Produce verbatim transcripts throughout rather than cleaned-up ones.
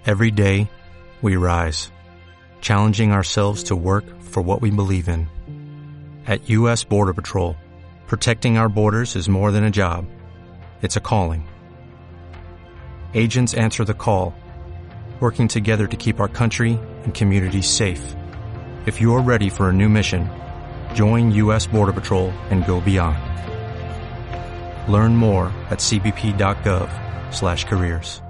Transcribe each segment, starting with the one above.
Every day, we rise, challenging ourselves to work for what we believe in. At U S Border Patrol, protecting our borders is more than a job. It's a calling. Agents answer the call, working together to keep our country and communities safe. If you're ready for a new mission, join U S Border Patrol and go beyond. Learn more at c b p dot gov slash careers.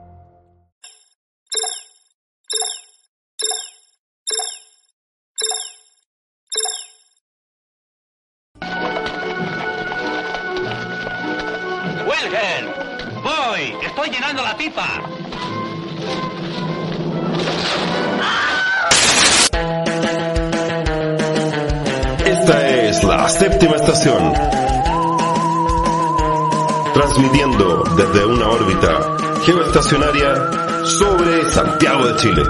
¡Welger! ¡Voy! ¡Estoy llenando la pipa! Esta es la séptima estación, transmitiendo desde una órbita geoestacionaria sobre Santiago de Chile.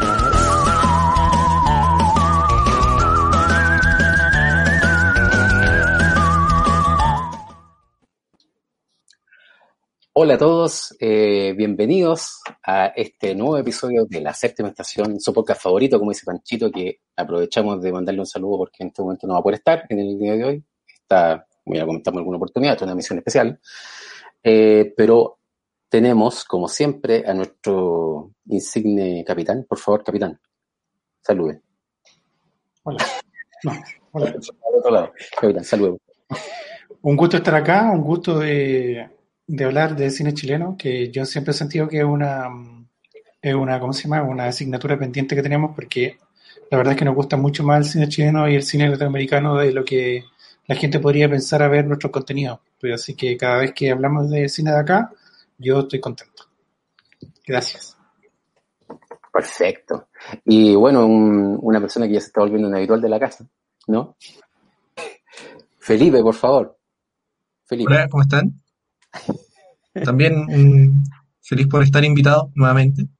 Hola a todos, eh, bienvenidos a este nuevo episodio de la séptima estación, su podcast favorito, como dice Panchito, que aprovechamos de mandarle un saludo porque en este momento no va a poder estar en el día de hoy. Está, voy a comentar en alguna oportunidad, es una misión especial. Eh, pero tenemos, como siempre, a nuestro insigne capitán. Por favor, capitán, salude. Hola. No, hola. Al otro lado. Capitán, salude. Un gusto estar acá, un gusto de... de hablar de cine chileno, que yo siempre he sentido que es una, es una, ¿cómo se llama? Una asignatura pendiente que tenemos, porque la verdad es que nos gusta mucho más el cine chileno y el cine latinoamericano de lo que la gente podría pensar a ver nuestro contenido. Pues así que cada vez que hablamos de cine de acá, yo estoy contento. Gracias. Perfecto. Y bueno, un, una persona que ya se está volviendo un habitual de la casa, ¿no? Felipe, por favor. Felipe. Hola, ¿cómo están? También um, feliz por estar invitado nuevamente.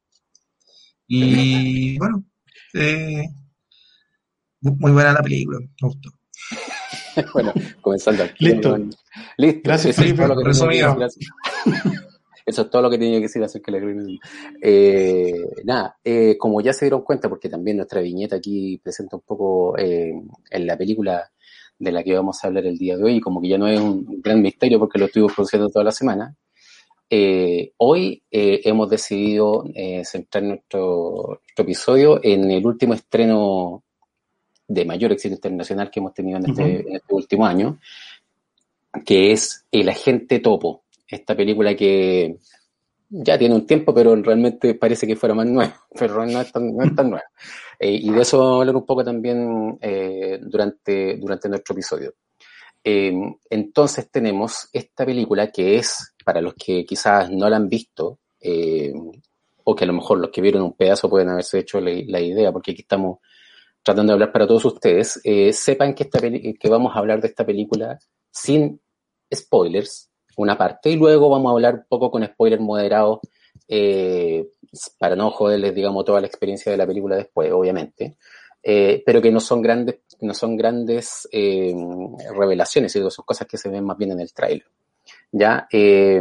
Y bueno, eh, muy buena la película, me gustó. Bueno, comenzando aquí. Listo. Bueno, listo. Gracias, Eso Felipe. es todo lo que Resumido. tenía que decir. Eso es todo lo que tenía que decir acerca de la película. Eh, nada, eh, como ya se dieron cuenta, porque también nuestra viñeta aquí presenta un poco eh, en la película de la que vamos a hablar el día de hoy, y como que ya no es un gran misterio porque lo estuvimos produciendo toda la semana. Eh, hoy eh, hemos decidido eh, centrar nuestro, nuestro episodio en el último estreno de mayor éxito internacional que hemos tenido en este, uh-huh. en este último año, que es El Agente Topo, esta película que ya tiene un tiempo, pero realmente parece que fuera más nueva, pero no es tan, no es tan nueva. Eh, y de eso vamos a hablar un poco también eh, durante, durante nuestro episodio. Eh, entonces tenemos esta película que es, para los que quizás no la han visto, eh, o que a lo mejor los que vieron un pedazo pueden haberse hecho la, la idea, porque aquí estamos tratando de hablar para todos ustedes, eh, sepan que, esta peli- que vamos a hablar de esta película sin spoilers, una parte, y luego vamos a hablar un poco con spoilers moderados, eh, para no joderles, digamos, toda la experiencia de la película después, obviamente. Eh, pero que no son grandes, no son grandes eh, revelaciones, sino son cosas que se ven más bien en el tráiler. Ya, eh,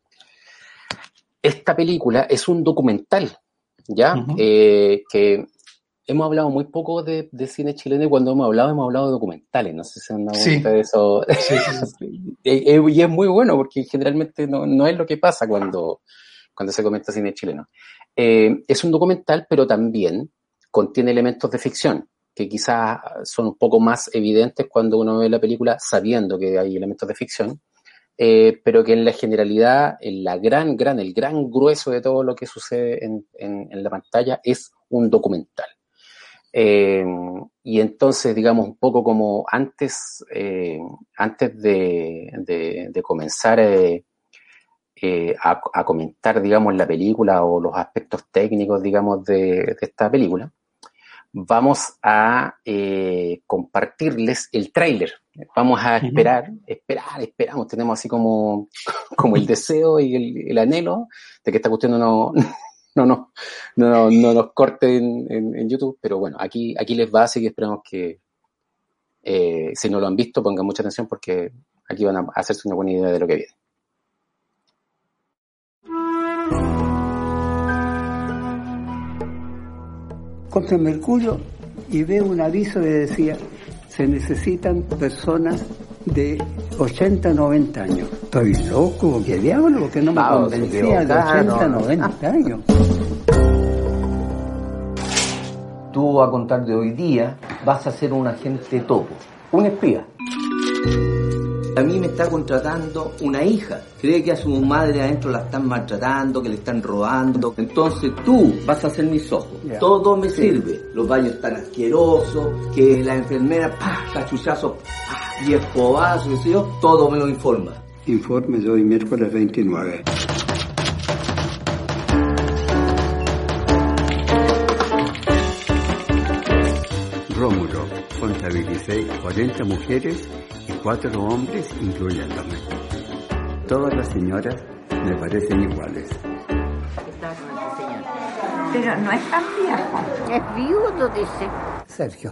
esta película es un documental, ya, uh-huh. eh, que hemos hablado muy poco de, de cine chileno, y cuando hemos hablado, hemos hablado de documentales, no sé si se han dado cuenta sí. de eso. Sí, sí, sí. y, y es muy bueno, porque generalmente no, no es lo que pasa cuando, cuando se comenta cine chileno. Eh, es un documental, pero también contiene elementos de ficción, que quizás son un poco más evidentes cuando uno ve la película sabiendo que hay elementos de ficción, eh, pero que en la generalidad, en la gran, gran, el gran grueso de todo lo que sucede en, en, en la pantalla es un documental. Eh, y entonces, digamos, un poco como antes, eh, antes de, de, de comenzar eh, eh, a, a comentar, digamos, la película o los aspectos técnicos, digamos, de, de esta película, vamos a eh, compartirles el tráiler. Vamos a esperar, uh-huh. esperar, esperamos, tenemos así como, como el deseo y el, el anhelo de que esta cuestión no, no, no, no, no, no nos corte en, en, en YouTube, pero bueno, aquí, aquí les va, así que esperamos que eh, si no lo han visto pongan mucha atención, porque aquí van a hacerse una buena idea de lo que viene. contra el mercurio y veo un aviso que decía, se necesitan personas de ochenta, noventa años. Estoy loco, ¿qué diablo? Porque no me Vamos, convencía de ochenta, noventa años. Tú a contar de hoy día vas a ser un agente topo, un espía. A mí me está contratando una hija. Cree que a su madre adentro la están maltratando, que le están robando. Entonces tú vas a ser mis ojos. Yeah. Todo me sí. sirve. Los baños están asquerosos, que la enfermera, ¡pah! Cachuchazo, ¡pah! Y escobazo, qué sé yo. Todo me lo informa. Informe de hoy, miércoles veintinueve. Rómulo, contabilicé cuarenta mujeres y cuatro hombres, incluyéndome. Todas las señoras me parecen iguales. Pero no es tan viejo. Es viudo, dice. Sergio.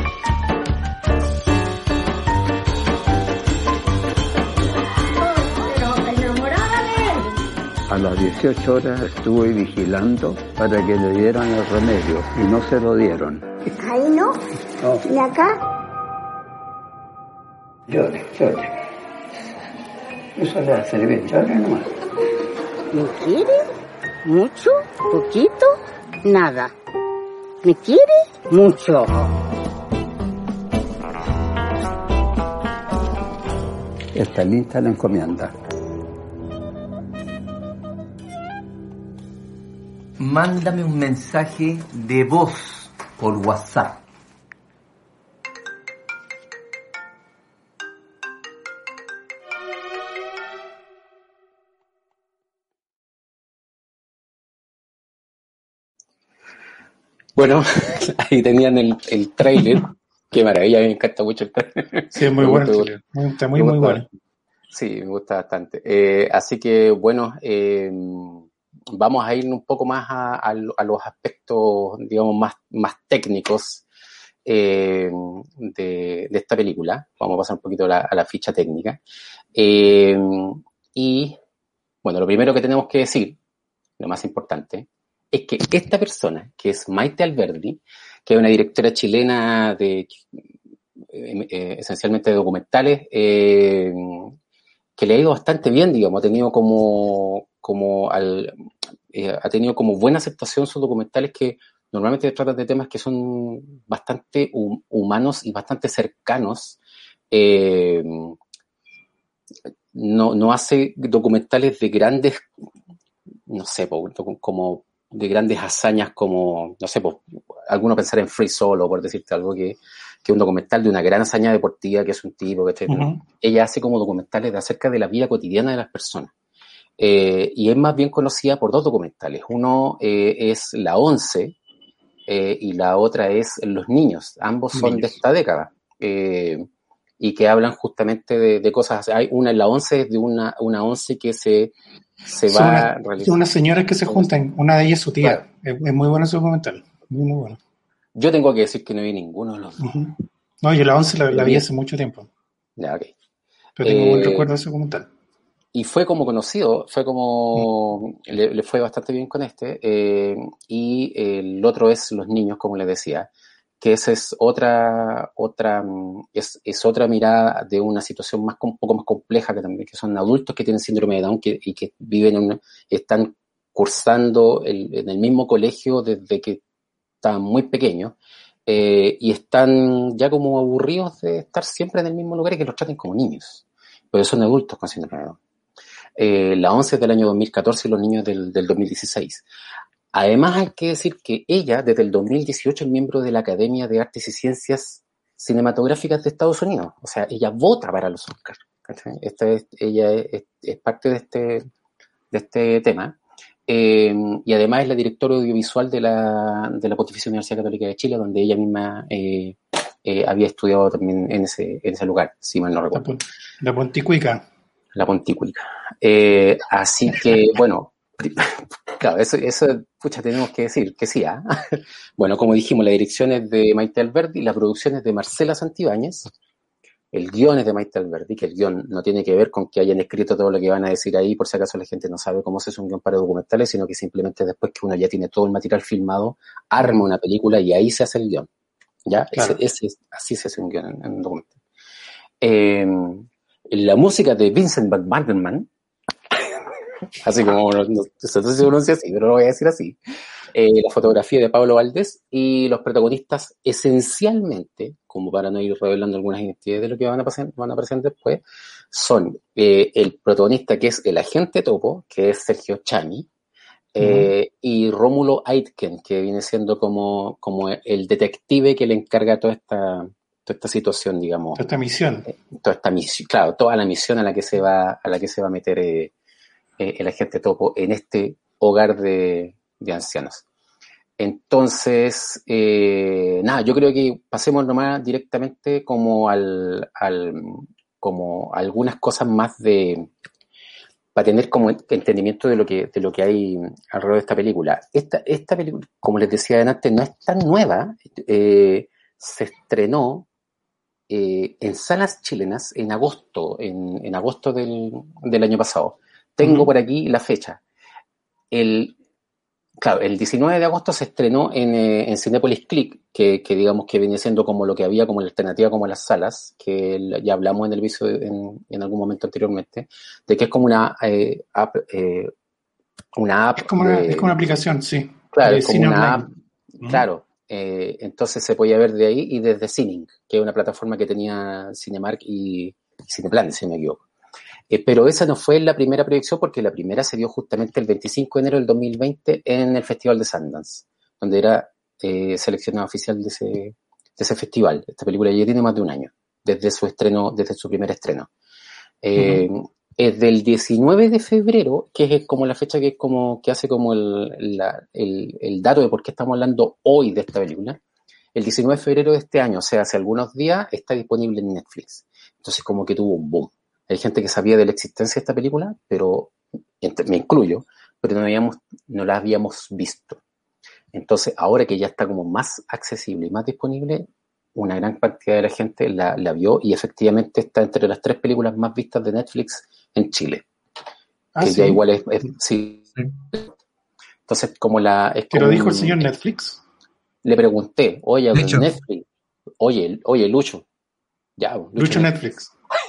Pero enamorada de él. A las dieciocho horas estuve vigilando para que le dieran el remedio y no se lo dieron. Ahí no. No. ¿Y acá? Llore, llore. Eso le hace bien, llore nomás. ¿Me quiere? ¿Mucho? ¿Poquito? Nada. ¿Me quiere? Mucho. Está lista la encomienda. Mándame un mensaje de voz por WhatsApp. Bueno, ahí tenían el, el tráiler. Qué maravilla, me encanta mucho el tráiler. Sí, es muy bueno el tráiler. Está muy, muy bueno. Sí, me gusta bastante. Eh, así que, bueno, eh, vamos a ir un poco más a, a, a los aspectos, digamos, más, más técnicos eh, de, de esta película. Vamos a pasar un poquito a la, a la ficha técnica. Eh, y, bueno, lo primero que tenemos que decir, lo más importante, es que esta persona, que es Maite Alberdi, que es una directora chilena de eh, eh, esencialmente de documentales, eh, que le ha ido bastante bien, digamos, ha tenido como, como al, eh, ha tenido como buena aceptación sus documentales que normalmente tratan de temas que son bastante hum, humanos y bastante cercanos. Eh, no, no hace documentales de grandes, no sé, como de grandes hazañas como, no sé, pues, alguno pensar en Free Solo, por decirte algo, que, que un documental de una gran hazaña deportiva, que es un tipo, que uh-huh. Ella hace como documentales de acerca de la vida cotidiana de las personas. Eh, y es más bien conocida por dos documentales. Uno eh, es La Once eh, y la otra es Los Niños. Ambos son niños de esta década. Eh, y que hablan justamente de, de cosas. Hay una en La Once, es de una, una once que se... se son va una, a realizar. Son unas señoras que se juntan, una de ellas es su tía. Claro. Es, es muy bueno ese documental, muy, muy bueno. Yo tengo que decir que no vi ninguno de los dos. Uh-huh. No, yo la once la, la vi hace mucho tiempo. Ya, ok. Pero tengo eh, buen recuerdo de ese documental. Y fue como conocido, fue como, uh-huh. le, le fue bastante bien con este, eh, y el otro es Los Niños, como les decía, que esa es otra, otra, es, es otra mirada de una situación más, un poco más compleja, que también, que son adultos que tienen síndrome de Down que, y que viven en una, están cursando el, en el mismo colegio desde que están muy pequeños, eh, y están ya como aburridos de estar siempre en el mismo lugar y que los traten como niños, pero son adultos con síndrome de Down. Eh, la once es del año dos mil catorce y Los Niños del, del dos mil dieciséis. Además, hay que decir que ella, desde el dos mil dieciocho, es miembro de la Academia de Artes y Ciencias Cinematográficas de Estados Unidos. O sea, ella vota para los Oscars. Esta es, ella es, es parte de este, de este tema. Eh, y además es la directora audiovisual de la, de la Pontificia Universidad Católica de Chile, donde ella misma eh, eh, había estudiado también en ese, en ese lugar, si mal no recuerdo. La, la Ponticuica. La Ponticuica. Eh, así que, bueno... Claro, eso, eso, pucha, tenemos que decir que sí, ¿eh? Bueno, como dijimos, la dirección es de Maite Alberdi, la producción es de Marcela Santibáñez, El guión es de Maite Alberdi, que el guión no tiene que ver con que hayan escrito todo lo que van a decir ahí, por si acaso la gente no sabe cómo se hace un guión para documentales, sino que simplemente después que uno ya tiene todo el material filmado, arma una película y ahí se hace el guión. ¿Ya? Claro. Ese, ese, así se hace un guión en, en un documental. Eh, la música de Vincent Van Banderman, así como no, no, no sé si se pronuncia así, pero lo voy a decir así. Eh, la fotografía de Pablo Valdés y los protagonistas esencialmente, como para no ir revelando algunas identidades de lo que van a pasar, van a aparecer después, son eh, el protagonista que es el agente topo, que es Sergio Chani, eh, uh-huh. y Rómulo Aitken, que viene siendo como, como el detective que le encarga toda esta, toda esta situación, digamos. Toda esta misión. Eh, toda esta misión, claro, toda la misión a la que se va, a la que se va a meter eh, eh, el agente topo en este hogar de de ancianos. Entonces, eh, nada, yo creo que pasemos nomás directamente como al, al como algunas cosas más de para tener como entendimiento de lo que de lo que hay alrededor de esta película. Esta, esta película, como les decía antes, no es tan nueva, eh, se estrenó eh, en salas chilenas en agosto, en, en agosto del, del año pasado. Tengo uh-huh. por aquí la fecha. El Claro, el diecinueve de agosto se estrenó en, eh, en Cinépolis Click, que, que digamos que viene siendo como lo que había como la alternativa como las salas, que ya hablamos en el viso en, en algún momento anteriormente, de que es como una eh, app, eh, una app. Es como, de, una, es como una aplicación, sí. Claro, es como Cine una Online. app, claro. Eh, entonces se podía ver de ahí y desde Cining, que es una plataforma que tenía Cinemark y, y Cineplan, si no me equivoco. Eh, pero esa no fue la primera proyección porque la primera se dio justamente el veinticinco de enero del dos mil veinte en el Festival de Sundance, donde era eh, seleccionada oficial de ese, de ese festival. Esta película ya tiene más de un año, desde su estreno, desde su primer estreno. Eh, uh-huh. Es del diecinueve de febrero, que es como la fecha que es como que hace como el, la, el, el dato de por qué estamos hablando hoy de esta película. El diecinueve de febrero de este año, o sea, hace algunos días, está disponible en Netflix. Entonces como que tuvo un boom. Hay gente que sabía de la existencia de esta película, pero me incluyo, pero no, habíamos, no la habíamos visto. Entonces, ahora que ya está como más accesible y más disponible, una gran cantidad de la gente la, la vio y efectivamente está entre las tres películas más vistas de Netflix en Chile. Ah, que ¿sí? ya igual es, es sí. Entonces, como la... Es ¿Te como lo dijo el un, señor Netflix? Le pregunté, oye, De hecho. Netflix, oye, oye, Lucho. Ya, Lucho, Lucho Netflix.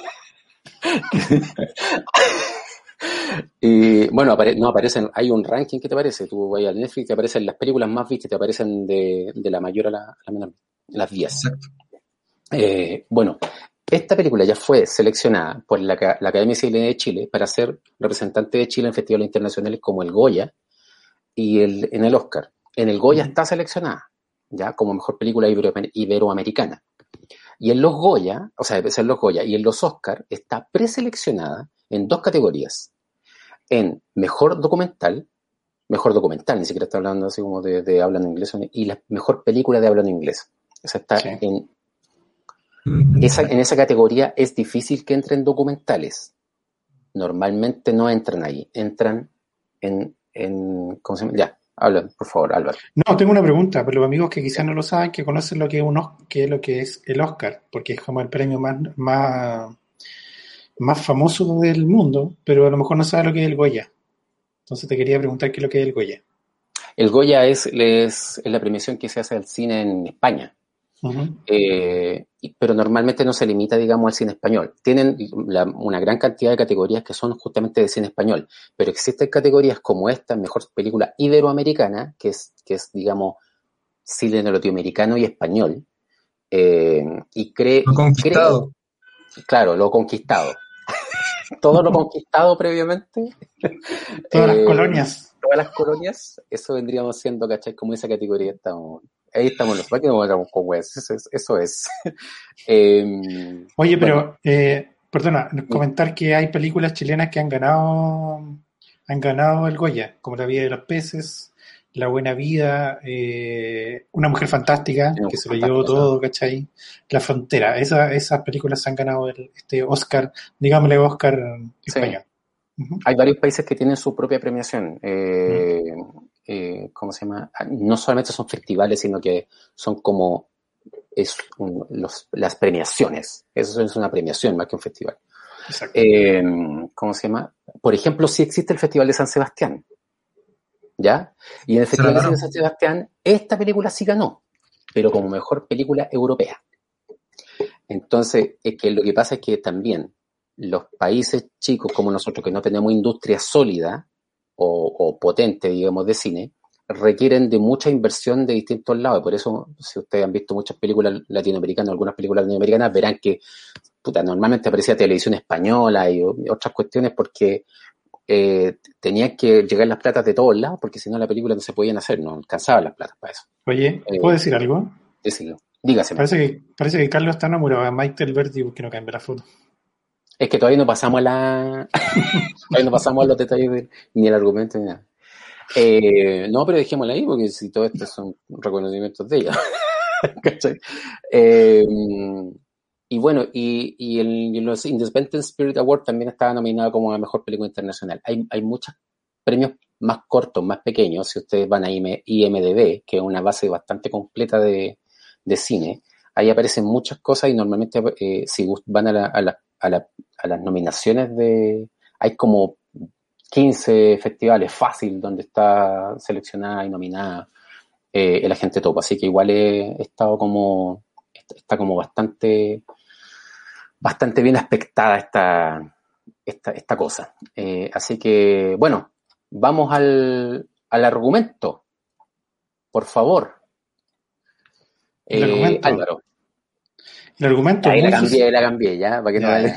Y bueno, apare- no aparecen, hay un ranking que te aparece, tú vas al Netflix, te aparecen las películas más vistas, te aparecen de, de la mayor a la, a la menor, las diez. Eh, bueno, esta película ya fue seleccionada por la, la Academia Chilena de Chile para ser representante de Chile en festivales internacionales como el Goya y el, en el Oscar. En el Goya está seleccionada ya como mejor película ibero, iberoamericana. Y en los Goya, o sea, en los Goya y en los Oscar está preseleccionada en dos categorías. En mejor documental, mejor documental, ni siquiera está hablando así como de, de habla en inglés, y la mejor película de habla en inglés. O sea, está sí. en, esa, en esa categoría es difícil que entren documentales. Normalmente no entran ahí, entran en, en ¿cómo se llama? Ya. Habla, por favor, Álvaro. No, tengo una pregunta para los amigos que quizás no lo saben, que conocen lo que es, uno, que es lo que es el Oscar, porque es como el premio más, más, más famoso del mundo, pero a lo mejor no saben lo que es el Goya. Entonces te quería preguntar qué es lo que es el Goya. El Goya es, es, es la premiación que se hace al cine en España. Uh-huh. Eh, pero normalmente no se limita, digamos, al cine español. Tienen la, una gran cantidad de categorías que son justamente de cine español, pero existen categorías como esta, mejor película iberoamericana, que es, que es digamos, cine latinoamericano y español. Eh, y cree, lo conquistado. Cree, claro, lo conquistado. Todo lo conquistado previamente. Todas eh, las colonias. Todas las colonias, eso vendríamos siendo, ¿cachai? Como esa categoría estamos. Ahí estamos los que nos encontramos con weas, eso es. Eso es. eh, Oye, pero, bueno. eh, perdona, comentar que hay películas chilenas que han ganado han ganado el Goya, como La vida de los peces, La buena vida, eh, Una mujer fantástica, no, que se lo llevó todo, ¿cachai? La frontera, Esa, esas películas han ganado el, este Oscar, digámosle Oscar español. Sí. Uh-huh. Hay varios países que tienen su propia premiación. Eh, uh-huh. eh, ¿Cómo se llama? No solamente son festivales, sino que son como es un, los, las premiaciones. Eso es una premiación más que un festival. Exacto. Eh, ¿Cómo se llama? Por ejemplo, sí existe el Festival de San Sebastián. ¿Ya? Y en el Festival Claro. de San Sebastián, esta película sí ganó, pero como mejor película europea. Entonces, es que lo que pasa es que también los países chicos como nosotros, que no tenemos industria sólida o, o potente, digamos, de cine, requieren de mucha inversión de distintos lados. Por eso, si ustedes han visto muchas películas latinoamericanas, algunas películas latinoamericanas, verán que puta, normalmente aparecía televisión española y, y otras cuestiones porque eh, tenían que llegar las platas de todos lados, porque si no la película no se podían hacer, no alcanzaban las platas para eso. Oye, ¿puedo Eh, decir algo? Dígaselo. Dígaselo. Parece que, parece que Carlos está enamorado de Maite Alberti porque no cambia la foto. Es que todavía no pasamos a la... todavía no pasamos a los detalles de, ni el argumento ni nada. Eh, no, pero dejémosla ahí porque si todo esto son reconocimientos de ella. ¿Cachai? Eh, y bueno, y, y, el, y los Independent Spirit Award también estaba nominado como la mejor película internacional. Hay, hay muchos premios más cortos, más pequeños, si ustedes van a I M D B, que es una base bastante completa de, de cine, ahí aparecen muchas cosas y normalmente eh, si van a, la, a, la, a, la, a las nominaciones de... hay como quince festivales fácil donde está seleccionada y nominada eh, el Agente Topo, así que igual he, he estado como está como bastante bastante bien aspectada esta esta, esta cosa, eh, así que bueno, vamos al, al argumento, por favor. El eh, argumento. Álvaro, El argumento ahí muy la cambié, suci- la cambié ya, para que Ya, no me... ya.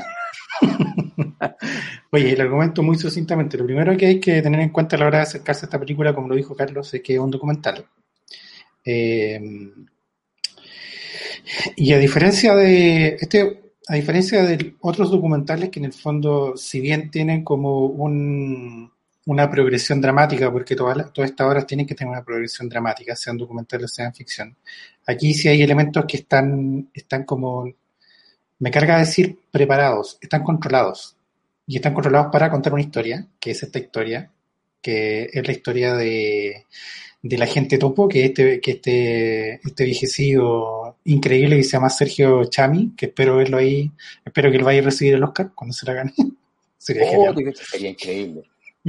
Oye, el argumento muy sucintamente. Lo primero que hay que tener en cuenta a la hora de acercarse a esta película, como lo dijo Carlos, es que es un documental. Eh, y a diferencia de este, a diferencia de otros documentales que en el fondo, si bien tienen como un, una progresión dramática, porque todas, las- todas estas obras tienen que tener una progresión dramática, sean documentales o sean ficción. Aquí sí hay elementos que están, están como, me carga decir preparados, están controlados. Y están controlados para contar una historia, que es esta historia, que es la historia de del agente Topo, que este, que este, este viejecido increíble que se llama Sergio Chami, que espero verlo ahí, espero que él vaya a recibir el Oscar cuando se la gane. Sería Oh, genial. que sería increíble.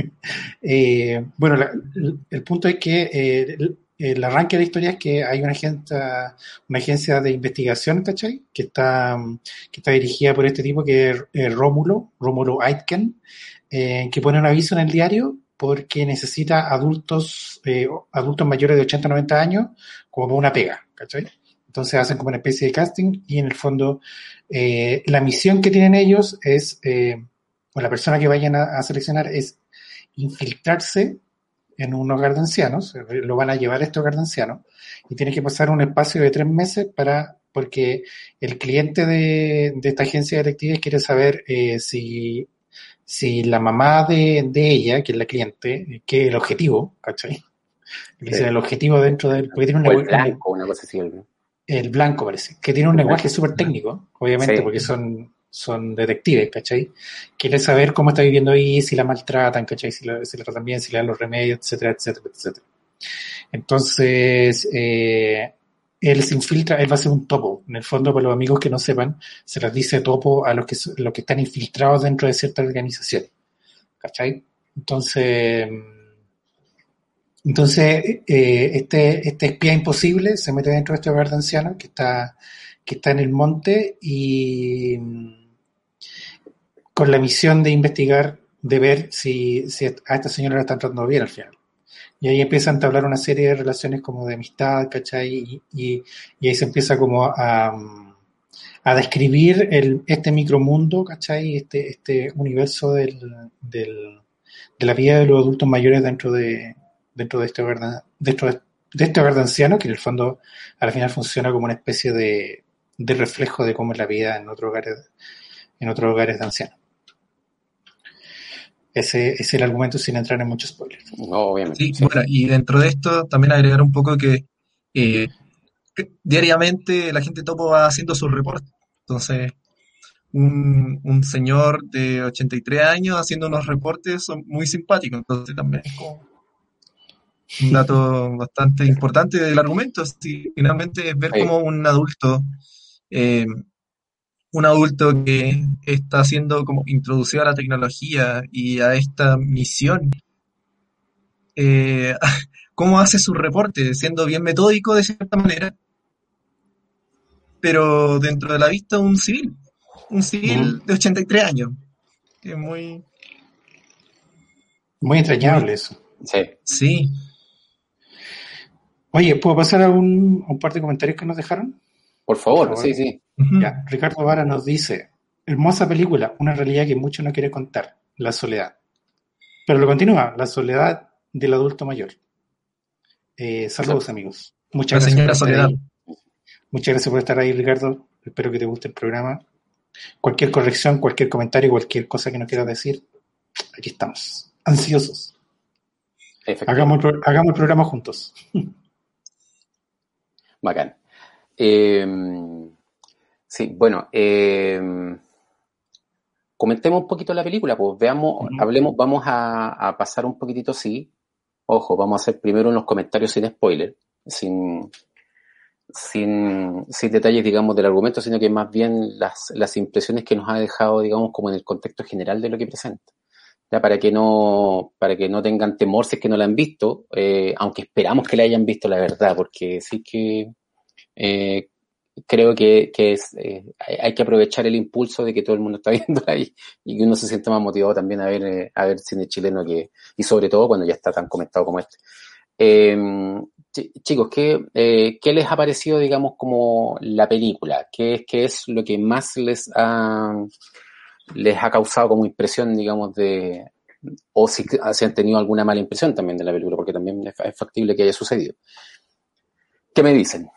Eh, bueno, la- el, el punto es que eh, el, el arranque de la historia es que hay una agencia, una agencia de investigación, ¿cachai? Que está, que está dirigida por este tipo que es eh, Rómulo, Rómulo Aitken, eh, que pone un aviso en el diario porque necesita adultos, eh, adultos mayores de ochenta a noventa años como una pega, ¿cachai? Entonces hacen como una especie de casting y en el fondo eh, la misión que tienen ellos es, eh, o la persona que vayan a, a seleccionar es infiltrarse en un hogar de ancianos, lo van a llevar a este hogar de ancianos y tiene que pasar un espacio de tres meses para, porque el cliente de, de esta agencia de detectives quiere saber eh, si, si la mamá de, de ella, que es la cliente, que es el objetivo, ¿cachai? Le dicen el objetivo dentro del, porque tiene un O el lenguaje, blanco, una cosa así. el- el blanco parece, que tiene un El lenguaje blanco. súper técnico, obviamente, Sí. porque son, son detectives, ¿cachai? Quiere saber cómo está viviendo ahí, si la maltratan, ¿cachai? Si la, si la tratan bien, si le dan los remedios, etcétera, etcétera, etcétera. Entonces, eh, él se infiltra, él va a ser un topo. En el fondo, para los amigos que no sepan, se les dice topo a los que, los que están infiltrados dentro de ciertas organizaciones, ¿cachai? Entonces... Entonces, eh, este, este espía imposible se mete dentro de este hogar de ancianos que está, que está en el monte y mm, con la misión de investigar, de ver si, si a esta señora la están tratando bien al final. Y ahí empiezan a entablar una serie de relaciones como de amistad, ¿cachai? Y, y, y ahí se empieza como a, a describir el, este micromundo, ¿cachai? Este, este universo del, del, de la vida de los adultos mayores dentro de dentro de este hogar de, dentro de, de este hogar de ancianos, que en el fondo al final funciona como una especie de, de reflejo de cómo es la vida en otros hogares, en otros hogares de ancianos. Ese, ese es el argumento sin entrar en muchos spoilers. No, obviamente. Sí, Sí. bueno, y dentro de esto también agregar un poco que, eh, que diariamente la gente topo va haciendo sus reportes. Entonces, un, un señor de ochenta y tres años haciendo unos reportes son muy simpáticos. Entonces también es como un dato bastante importante del argumento. Sí, finalmente es ver Sí. cómo un adulto, eh, un adulto que está siendo como introducido a la tecnología y a esta misión, eh, cómo hace su reporte, siendo bien metódico de cierta manera, pero dentro de la vista un civil, un civil Ujú. de ochenta y tres años, que es muy, Muy entrañable muy, eso. Sí. sí. Oye, ¿puedo pasar a un, a un par de comentarios que nos dejaron? Por Por favor, favor. sí, sí. Ujú. Ya, Ricardo Vara nos dice, hermosa película, una realidad que mucho no quiere contar, la soledad. Pero lo continúa, la soledad del adulto mayor. Eh, saludos, Exacto. amigos. Muchas La gracias por señora estar Soledad. ahí. Muchas gracias por estar ahí, Ricardo. Espero que te guste el programa. Cualquier corrección, cualquier comentario, cualquier cosa que nos quieras decir, aquí estamos, ansiosos. Efectivamente. Hagamos el, pro- hagamos el programa juntos. Bacán. Eh, sí, bueno, eh, comentemos un poquito la película, pues veamos, Ujú. hablemos, vamos a, a pasar un poquitito, sí. Ojo, vamos a hacer primero unos comentarios sin spoiler, sin, sin, sin detalles, digamos, del argumento, sino que más bien las, las impresiones que nos ha dejado, digamos, como en el contexto general de lo que presenta. Ya, para que no, para que no tengan temor si es que no la han visto, eh, aunque esperamos que la hayan visto, la verdad, porque sí que eh, creo que, que es, eh, hay, hay que aprovechar el impulso de que todo el mundo está viéndola y, y que uno se siente más motivado también a ver, eh, a ver cine chileno, que, y sobre todo cuando ya está tan comentado como este. Eh, ch- chicos, ¿qué, eh, ¿qué les ha parecido, digamos, como la película? ¿Qué, qué es lo que más les ha, les ha causado como impresión, digamos, de, o si, si han tenido alguna mala impresión también de la película, porque también es, es factible que haya sucedido? ¿Qué me dicen?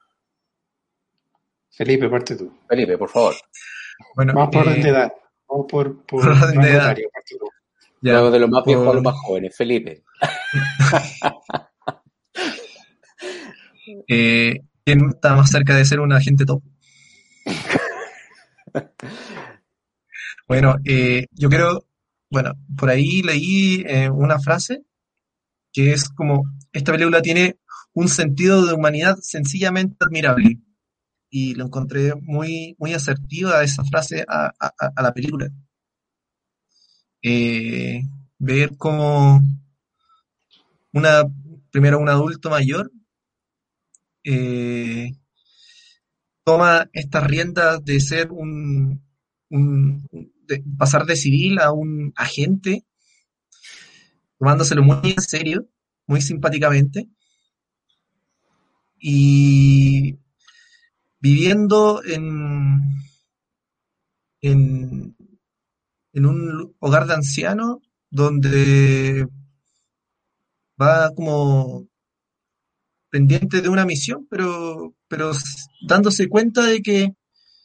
Felipe, parte tú. Felipe, por favor. Bueno, Vamos por orden de eh, edad. Vamos por, por por orden de rango edad, etario. Parte tú. ya, Vamos de los más viejos a por, los más jóvenes. Felipe. eh, ¿quién está más cerca de ser un agente top? Bueno, eh, yo creo, bueno, por ahí leí eh, una frase que es como, esta película tiene un sentido de humanidad sencillamente admirable. Y lo encontré muy, muy asertiva esa frase a, a, a la película. Eh, ver como una, primero un adulto mayor eh, toma estas riendas de ser un, un de pasar de civil a un agente, tomándoselo muy en serio, muy simpáticamente, y viviendo en, en, en un hogar de ancianos donde va como pendiente de una misión, pero, pero dándose cuenta de que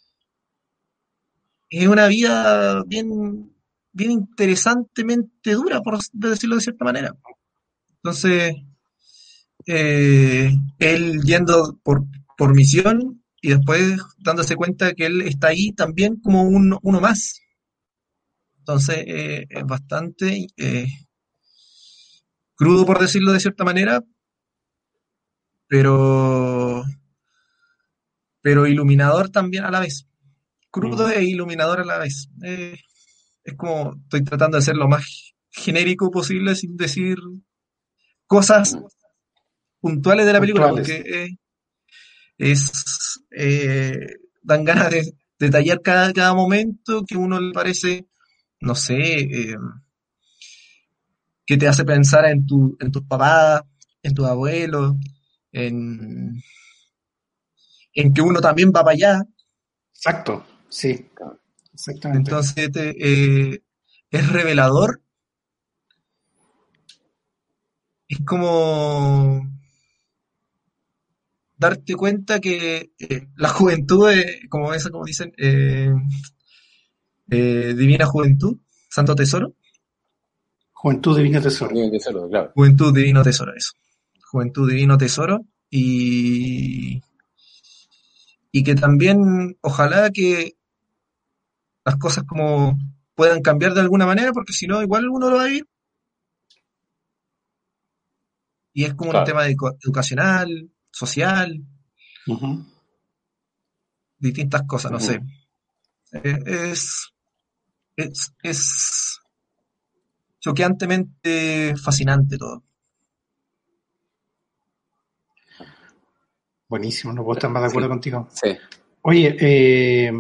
es una vida bien, bien interesantemente dura, por decirlo de cierta manera. Entonces, eh, él yendo por, por misión y después dándose cuenta que él está ahí también como un, uno más. Entonces, eh, es bastante eh, crudo, por decirlo de cierta manera, pero, pero iluminador también a la vez. Crudo Mm. e iluminador a la vez. Eh, es como estoy tratando de ser lo más genérico posible sin decir cosas puntuales de la película, Puntuales. porque eh, es eh, dan ganas de detallar cada, cada momento que uno le parece, no sé, eh, que te hace pensar en tu, en tus papás, en tus abuelos, en, en que uno también va para allá. Exacto, sí, exactamente. Entonces te, eh, es revelador. Es como darte cuenta que eh, la juventud, eh, como esa, como dicen, eh, eh, divina juventud, santo tesoro, Juventud Divino Tesoro. Tiene que serlo, claro. juventud, divino tesoro, eso. Juventud, divino tesoro, y, y que también, ojalá que las cosas como puedan cambiar de alguna manera, porque si no, igual uno lo va a ir. y es como Claro. un tema edu- educacional, social, Ujú. distintas cosas, no Ujú. sé. Eh, es, es, es choqueantemente fascinante todo. Buenísimo, no puedo estar más de acuerdo Sí, contigo. sí. Oye, eh,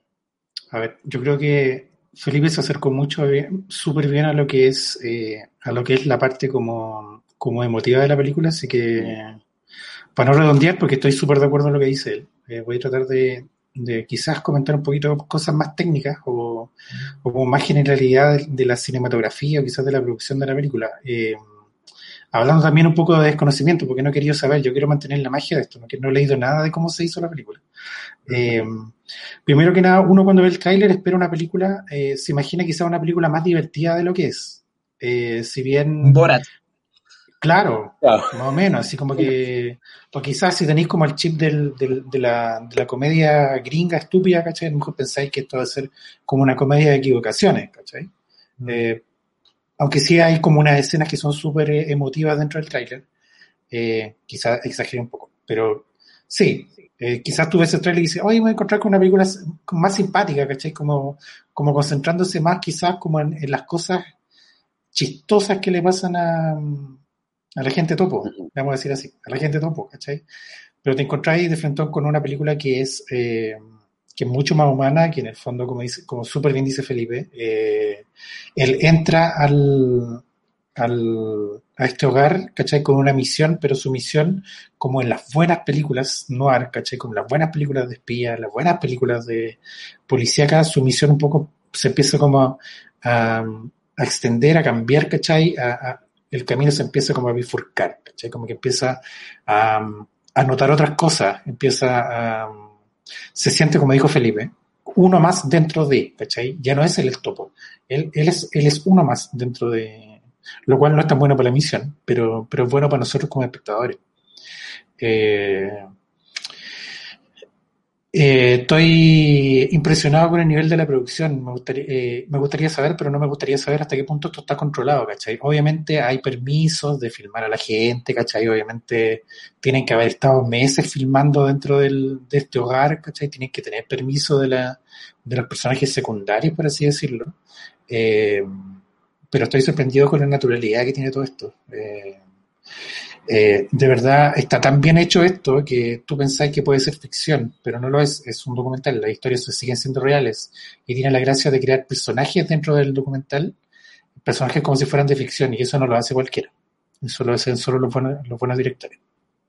a ver, yo creo que Felipe se acercó mucho, bien- súper bien a lo que es eh, a lo que es la parte como, como emotiva de la película, así que para no redondear, porque estoy súper de acuerdo en lo que dice él, eh, voy a tratar de, de quizás comentar un poquito cosas más técnicas o, o como más generalidad de, de la cinematografía o quizás de la producción de la película. Eh, hablando también un poco de desconocimiento, porque no he querido saber, yo quiero mantener la magia de esto, no, que no he leído nada de cómo se hizo la película. Eh, primero que nada, uno cuando ve el tráiler espera una película, eh, se imagina quizás una película más divertida de lo que es. Eh, si bien, Borat. claro, Claro. más o menos, así como que, o quizás si tenéis como el chip del, del- de, la, de la comedia gringa estúpida, ¿cachai? A lo mejor pensáis que esto va a ser como una comedia de equivocaciones, ¿cachai? Eh, aunque sí hay como unas escenas que son súper eh, emotivas dentro del tráiler, eh, quizás exageré un poco, pero sí, eh, quizás tú ves el trailer y dices, oye, me voy a encontrar con una película s- más simpática, ¿cachai? Como, como concentrándose más quizás como en, en las cosas chistosas que le pasan a, a la gente topo, Ujú. vamos a decir así, a la gente topo, ¿cachai? Pero te encontráis de frente con una película que es, eh, que es mucho más humana, que en el fondo, como dice, como súper bien dice Felipe, eh, él entra al, al, a este hogar, ¿cachai? Con una misión, pero su misión, como en las buenas películas noir, ¿cachai? Como en las buenas películas de espía, las buenas películas de policíacas, su misión un poco se empieza como a, a extender, a cambiar, ¿cachai? A, a, el camino se empieza como a bifurcar, ¿cachai? Como que empieza a, a notar otras cosas, empieza a... Se siente, como dijo Felipe, uno más dentro de, ¿cachai? Ya no es él el topo, él, él, es, él es uno más dentro de... Lo cual no es tan bueno para la misión, pero, pero es bueno para nosotros como espectadores. Eh, eh, estoy impresionado con el nivel de la producción. Me gustaría, eh, me gustaría saber, pero no me gustaría saber hasta qué punto esto está controlado, ¿cachai? Obviamente hay permisos de filmar a la gente, ¿cachai? Obviamente tienen que haber estado meses filmando dentro del, de este hogar, ¿cachai? Tienen que tener permiso de, la, de los personajes secundarios, por así decirlo. Eh, pero estoy sorprendido con la naturalidad que tiene todo esto. Eh, eh, de verdad está tan bien hecho esto que tú pensás que puede ser ficción, pero no lo es, es un documental, las historias siguen siendo reales y tiene la gracia de crear personajes dentro del documental, personajes como si fueran de ficción, y eso no lo hace cualquiera, eso lo hacen solo los buenos, los buenos directores.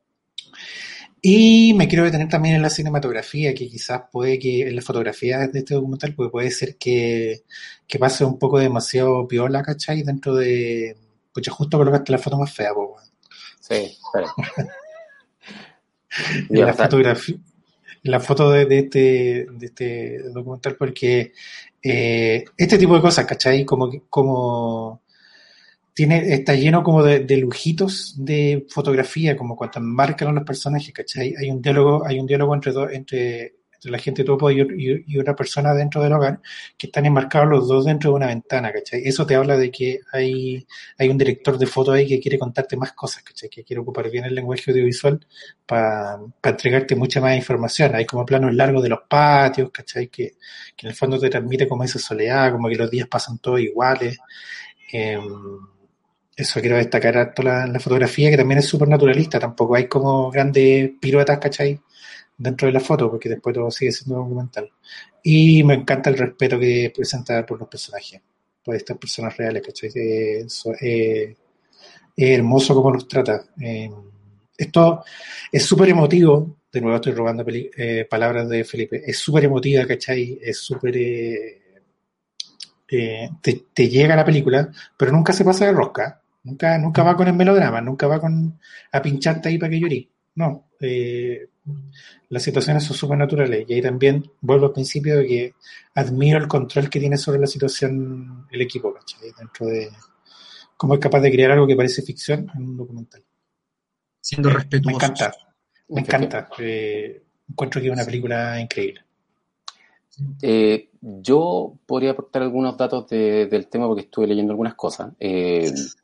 Y me quiero detener también en la cinematografía, que quizás puede que en la fotografía de este documental pues puede ser que, que pase un poco demasiado piola, ¿cachai? Dentro de... Pues ya justo colocaste la foto más fea, pues, bueno. Sí, claro. En Ya, la o sea, fotografía, en la foto de, de este, de este documental, porque eh, este tipo de cosas, ¿cachai? Como, que- como tiene, está lleno como de, de lujitos de fotografía, como cuando marcan a los personajes, ¿cachai? Hay un diálogo, hay un diálogo entre, do- entre, entre la gente topo y, y, y otra persona dentro del hogar, que están enmarcados los dos dentro de una ventana, ¿cachai? Eso te habla de que hay, hay un director de foto ahí que quiere contarte más cosas, ¿cachai? Que quiere ocupar bien el lenguaje audiovisual para entregarte mucha más información. Hay como planos largos de los patios, ¿cachai? Que, que en el fondo te transmite como esa soledad, como que los días pasan todos iguales. Eh, eso quiero destacar harto la, la fotografía, que también es súper naturalista, tampoco hay como grandes piruetas, ¿cachai? Dentro de la foto, porque después todo sigue siendo documental. Y me encanta el respeto que presenta por los personajes, por estas personas reales, ¿cachai? Eh, eso, eh, es hermoso cómo los trata. Eh, esto es súper emotivo, de nuevo estoy robando peli- eh, palabras de Felipe, es súper emotiva, ¿cachai? Es súper... Eh, eh, te, te llega la película, pero nunca se pasa de rosca. Nunca, nunca va con el melodrama, nunca va con a pincharte ahí para que llorí. No, eh, las situaciones son súper naturales. Y ahí también vuelvo al principio de que admiro el control que tiene sobre la situación el equipo, ¿cachai? Dentro de cómo es capaz de crear algo que parece ficción en un documental. Siendo Eh, me respetuosos. encanta, me efectivamente. encanta. Eh, encuentro que es una película increíble. Eh, yo podría aportar algunos datos de- del tema porque estuve leyendo algunas cosas. Eh,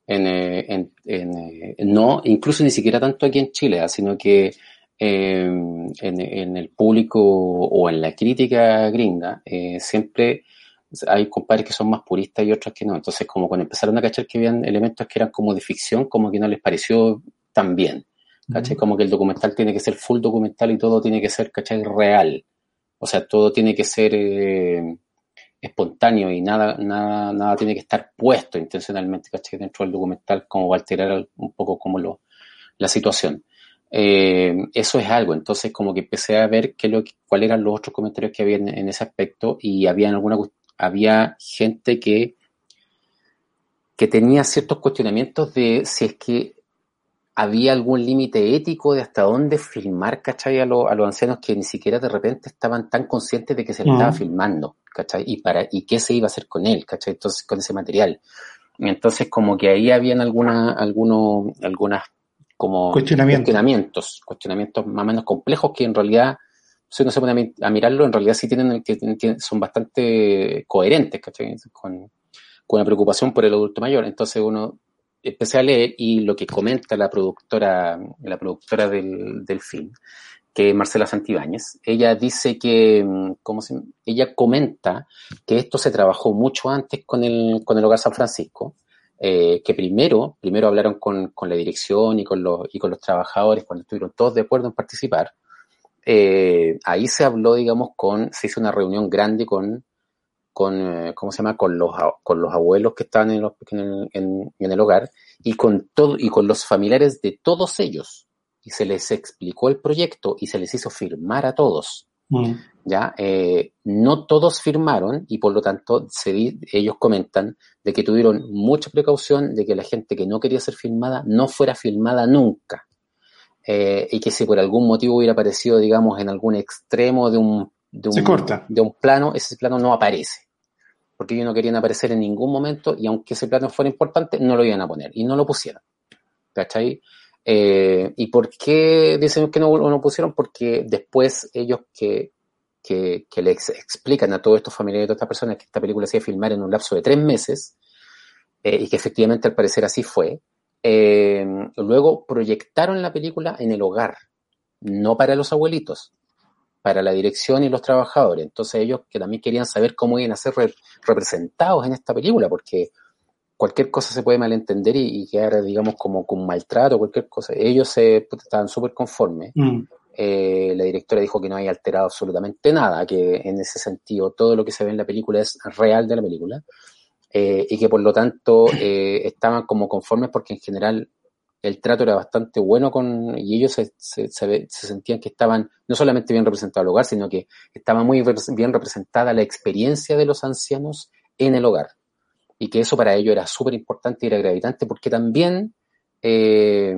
en, eh, en, en, eh, no, incluso ni siquiera tanto aquí en Chile, ¿eh? Sino que eh, en, en el público o en la crítica gringa, eh, siempre hay compadres que son más puristas y otros que no. Entonces, como cuando empezaron a cachar que habían elementos que eran como de ficción, como que no les pareció tan bien. ¿Cachai? Uh-huh. Como que el documental tiene que ser full documental y todo tiene que ser, ¿cachai? Real. O sea, todo tiene que ser eh, espontáneo y nada, nada, nada tiene que estar puesto intencionalmente, ¿cachai? Dentro del documental, como va a alterar un poco como lo, la situación. Eh, eso es algo. Entonces, como que empecé a ver qué lo, cuáles eran los otros comentarios que había en, en ese aspecto, y había alguna había gente que que tenía ciertos cuestionamientos de si es que había algún límite ético de hasta dónde filmar, ¿cachai? A, lo, a los ancianos que ni siquiera de repente estaban tan conscientes de que se les estaba uh-huh. filmando, ¿cachai? Y para, y qué se iba a hacer con él, ¿cachai? Entonces, con ese material. Entonces, como que ahí habían alguna, algunos, algunas, como cuestionamientos. cuestionamientos, cuestionamientos más o menos complejos que en realidad, si uno se pone a mirarlo, en realidad sí tienen, que son bastante coherentes, ¿cachai? Con, con la preocupación por el adulto mayor. Entonces uno empecé a leer, y lo que comenta la productora, la productora del, del film, que es Marcela Santibáñez, ella dice que, ¿cómo se, ella comenta que esto se trabajó mucho antes con el, con el Hogar San Francisco, eh, que primero, primero hablaron con, con la dirección y con los, y con los trabajadores cuando estuvieron todos de acuerdo en participar. Eh, ahí se habló, digamos, con, se hizo una reunión grande con, con, eh, ¿cómo se llama? Con los, con los abuelos que estaban en, los, en, el, en, en el hogar, y con todo, y con los familiares de todos ellos. Y se les explicó el proyecto y se les hizo firmar a todos. Mm. Ya, eh, no todos firmaron, y por lo tanto se, ellos comentan de que tuvieron mucha precaución de que la gente que no quería ser filmada no fuera filmada nunca. Eh, y que si por algún motivo hubiera aparecido, digamos, en algún extremo de un, de un, se corta. de un plano, ese plano no aparece. Porque ellos no querían aparecer en ningún momento, y aunque ese plano fuera importante, no lo iban a poner, y no lo pusieron. ¿Cachai? Eh, ¿Y por qué dicen que no lo pusieron? Porque después ellos que, que, que les explican a todos estos familiares de todas estas personas que esta película se iba a filmar en un lapso de tres meses, eh, y que efectivamente al parecer así fue, eh, luego proyectaron la película en el hogar, no para los abuelitos, para la dirección y los trabajadores. Entonces ellos que también querían saber cómo iban a ser re- representados en esta película, porque cualquier cosa se puede malentender y, y quedar, digamos, como con maltrato, cualquier cosa. Ellos se puta, estaban súper conformes. Mm. Eh, la directora dijo que no había alterado absolutamente nada, que en ese sentido todo lo que se ve en la película es real de la película, eh, y que por lo tanto eh, estaban como conformes porque en general el trato era bastante bueno con, y ellos se, se, se, se sentían que estaban no solamente bien representados el hogar, sino que estaba muy bien representada la experiencia de los ancianos en el hogar, y que eso para ellos era súper importante y era gravitante, porque también eh,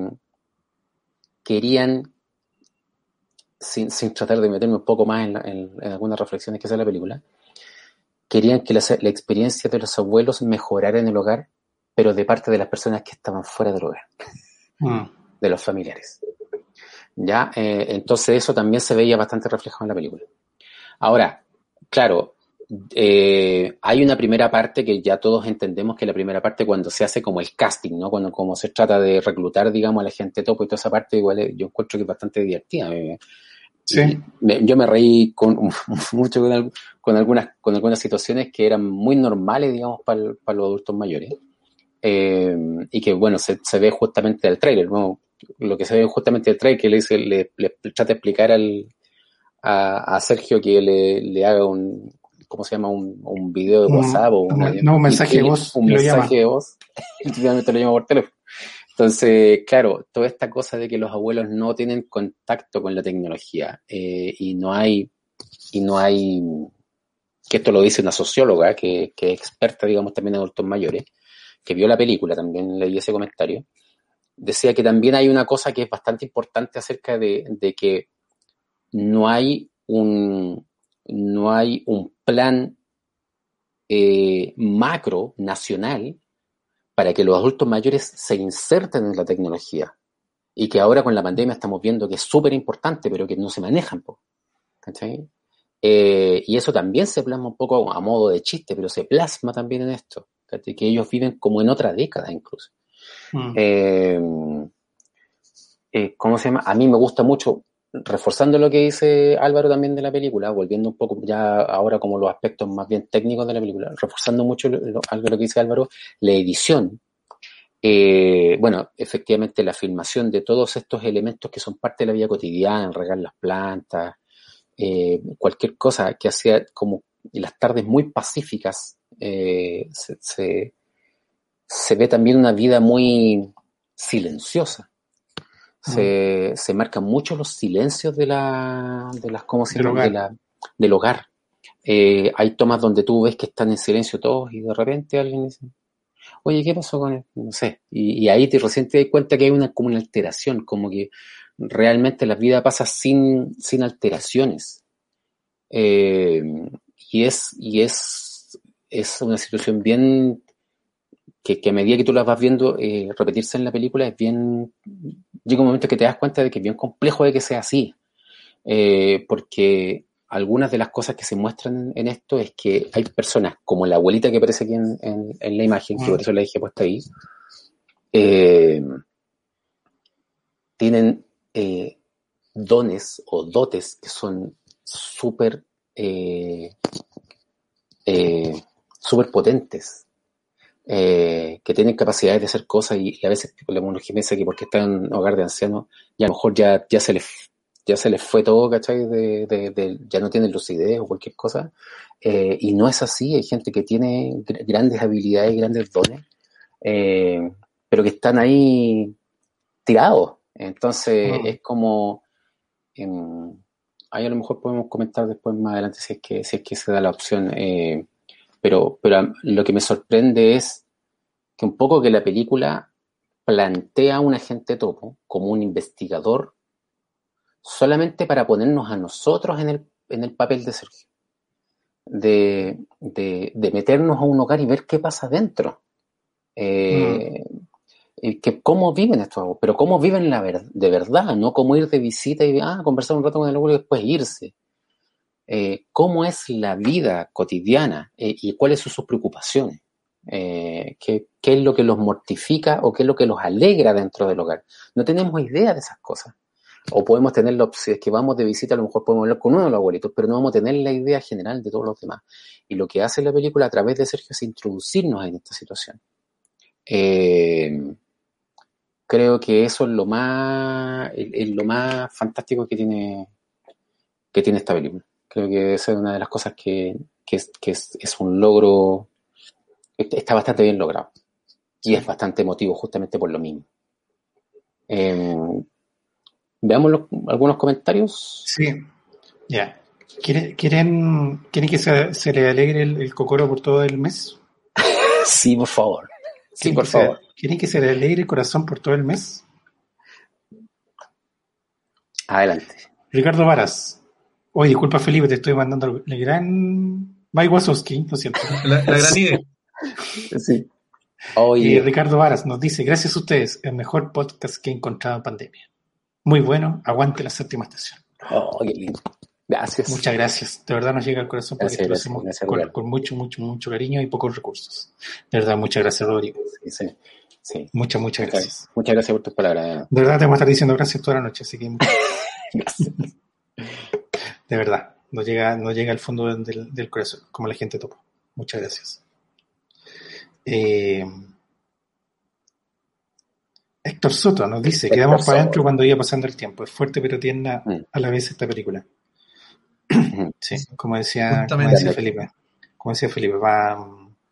querían, sin, sin tratar de meterme un poco más en, la, en, en algunas reflexiones que hace la película, querían que la, la experiencia de los abuelos mejorara en el hogar, pero de parte de las personas que estaban fuera del hogar. Mm. De los familiares. Ya, eh, entonces eso también se veía bastante reflejado en la película. Ahora, claro, eh, hay una primera parte que ya todos entendemos que la primera parte cuando se hace como el casting, ¿no? Cuando como se trata de reclutar, digamos, a la gente topo y toda esa parte, igual es, yo encuentro que es bastante divertida. Me, sí. Me, yo me reí con, mucho con, con algunas con algunas situaciones que eran muy normales, digamos, para, para los adultos mayores. Eh, y que bueno, se, se ve justamente del tráiler, ¿no? Lo que se ve justamente del tráiler, que le dice, le, le trata de explicar al, a, a Sergio que le, le haga un, ¿cómo se llama? Un, un video de WhatsApp, mm, o una, no, un mensaje de voz, un mensaje de voz, y finalmente lo llama por teléfono. Entonces, claro, toda esta cosa de que los abuelos no tienen contacto con la tecnología, eh, y no hay, y no hay, que esto lo dice una socióloga que, que es experta, digamos, también en adultos mayores, que vio la película, también leí ese comentario, decía que también hay una cosa que es bastante importante acerca de, de que no hay un, no hay un plan eh, macro, nacional, para que los adultos mayores se inserten en la tecnología, y que ahora con la pandemia estamos viendo que es súper importante, pero que no se manejan, ¿cachai? Eh, y eso también se plasma un poco a modo de chiste, pero se plasma también en esto, ¿cachai? Que ellos viven como en otra década incluso. Mm. Eh, eh, ¿Cómo se llama? A mí me gusta mucho, reforzando lo que dice Álvaro también de la película, volviendo un poco ya ahora como los aspectos más bien técnicos de la película, reforzando mucho lo, lo, algo de lo que dice Álvaro, la edición. Eh, bueno, efectivamente la filmación de todos estos elementos que son parte de la vida cotidiana, regar las plantas, eh, cualquier cosa que hacía como las tardes muy pacíficas, eh, se, se, se ve también una vida muy silenciosa. Se, mm. se marcan mucho los silencios de la, de las, ¿cómo se llama? De la, del hogar. Eh, hay tomas donde tú ves que están en silencio todos y de repente alguien dice, oye, ¿qué pasó con él? No sé. Y, y ahí te recién te das cuenta que hay una, como una alteración, como que realmente la vida pasa sin, sin alteraciones. Eh, y es, y es, es una situación bien, que, que a medida que tú la vas viendo eh, repetirse en la película, es bien, llega un momento que te das cuenta de que es bien complejo de que sea así. Eh, porque algunas de las cosas que se muestran en esto es que hay personas, como la abuelita que aparece aquí en, en, en la imagen, que por eso la dejé puesta ahí, eh, tienen eh, dones o dotes que son súper eh, eh, súper potentes, eh, que tienen capacidades de hacer cosas y, y a veces la mujer piensa que porque están en un hogar de ancianos, y a lo mejor ya, ya se les ya se les fue todo, ¿cachai? De, de, de, ya no tienen lucidez o cualquier cosa. Eh, y no es así. Hay gente que tiene gr- grandes habilidades, grandes dones, eh, pero que están ahí tirados. Entonces, oh. es como... Eh, ahí a lo mejor podemos comentar después más adelante si es que, si es que se da la opción. Eh, pero, pero lo que me sorprende es que un poco que la película plantea a un agente topo como un investigador solamente para ponernos a nosotros en el, en el papel de Sergio, de, de, de meternos a un hogar y ver qué pasa dentro, eh, mm. que cómo viven estos, pero cómo viven la ver, de verdad, no como ir de visita y ah, conversar un rato con el abuelo y después irse. Eh, cómo es la vida cotidiana eh, y cuáles son sus preocupaciones, eh, qué, qué es lo que los mortifica o qué es lo que los alegra dentro del hogar. No tenemos idea de esas cosas. O podemos tener la opción, es que vamos de visita, a lo mejor podemos hablar con uno de los abuelitos, pero no vamos a tener la idea general de todos los demás. Y lo que hace la película a través de Sergio es introducirnos en esta situación. Eh, creo que eso es lo más, es, es lo más fantástico que tiene, que tiene esta película. Creo que esa es una de las cosas que, que, es, que es, es un logro, está bastante bien logrado. Y es bastante emotivo justamente por lo mismo. Eh, Veamos los, algunos comentarios. Sí, ya. Yeah. ¿Quieren, ¿Quieren, ¿Quieren que se, se le alegre el, el cocoro por todo el mes? Sí, por favor. Sí, por favor. Se, ¿Quieren que se le alegre el corazón por todo el mes? Adelante. Ricardo Varas. Oye, disculpa, Felipe, te estoy mandando el gran Mike Wazowski, lo siento. La, la gran idea. Sí. Oye. Y Ricardo Varas nos dice, gracias a ustedes, el mejor podcast que he encontrado en pandemia. Muy bueno, aguante la séptima estación. Oh, qué lindo. Gracias. Muchas gracias. De verdad nos llega al corazón porque gracias, lo hacemos gracias, con, con mucho, mucho, mucho cariño y pocos recursos. De verdad, muchas gracias, Rodrigo. Sí, sí. sí. Muchas, muchas gracias. Muchas gracias por tus palabras. De verdad te vamos a estar diciendo gracias toda la noche, así que muchas gracias. De verdad, nos llega, nos llega al fondo del, del corazón, como la gente topa. Muchas gracias. Eh... Héctor Soto nos dice, Héctor quedamos para adentro cuando iba pasando el tiempo. Es fuerte pero tierna a la vez esta película. Sí, como decía, como decía Felipe. Como decía Felipe, va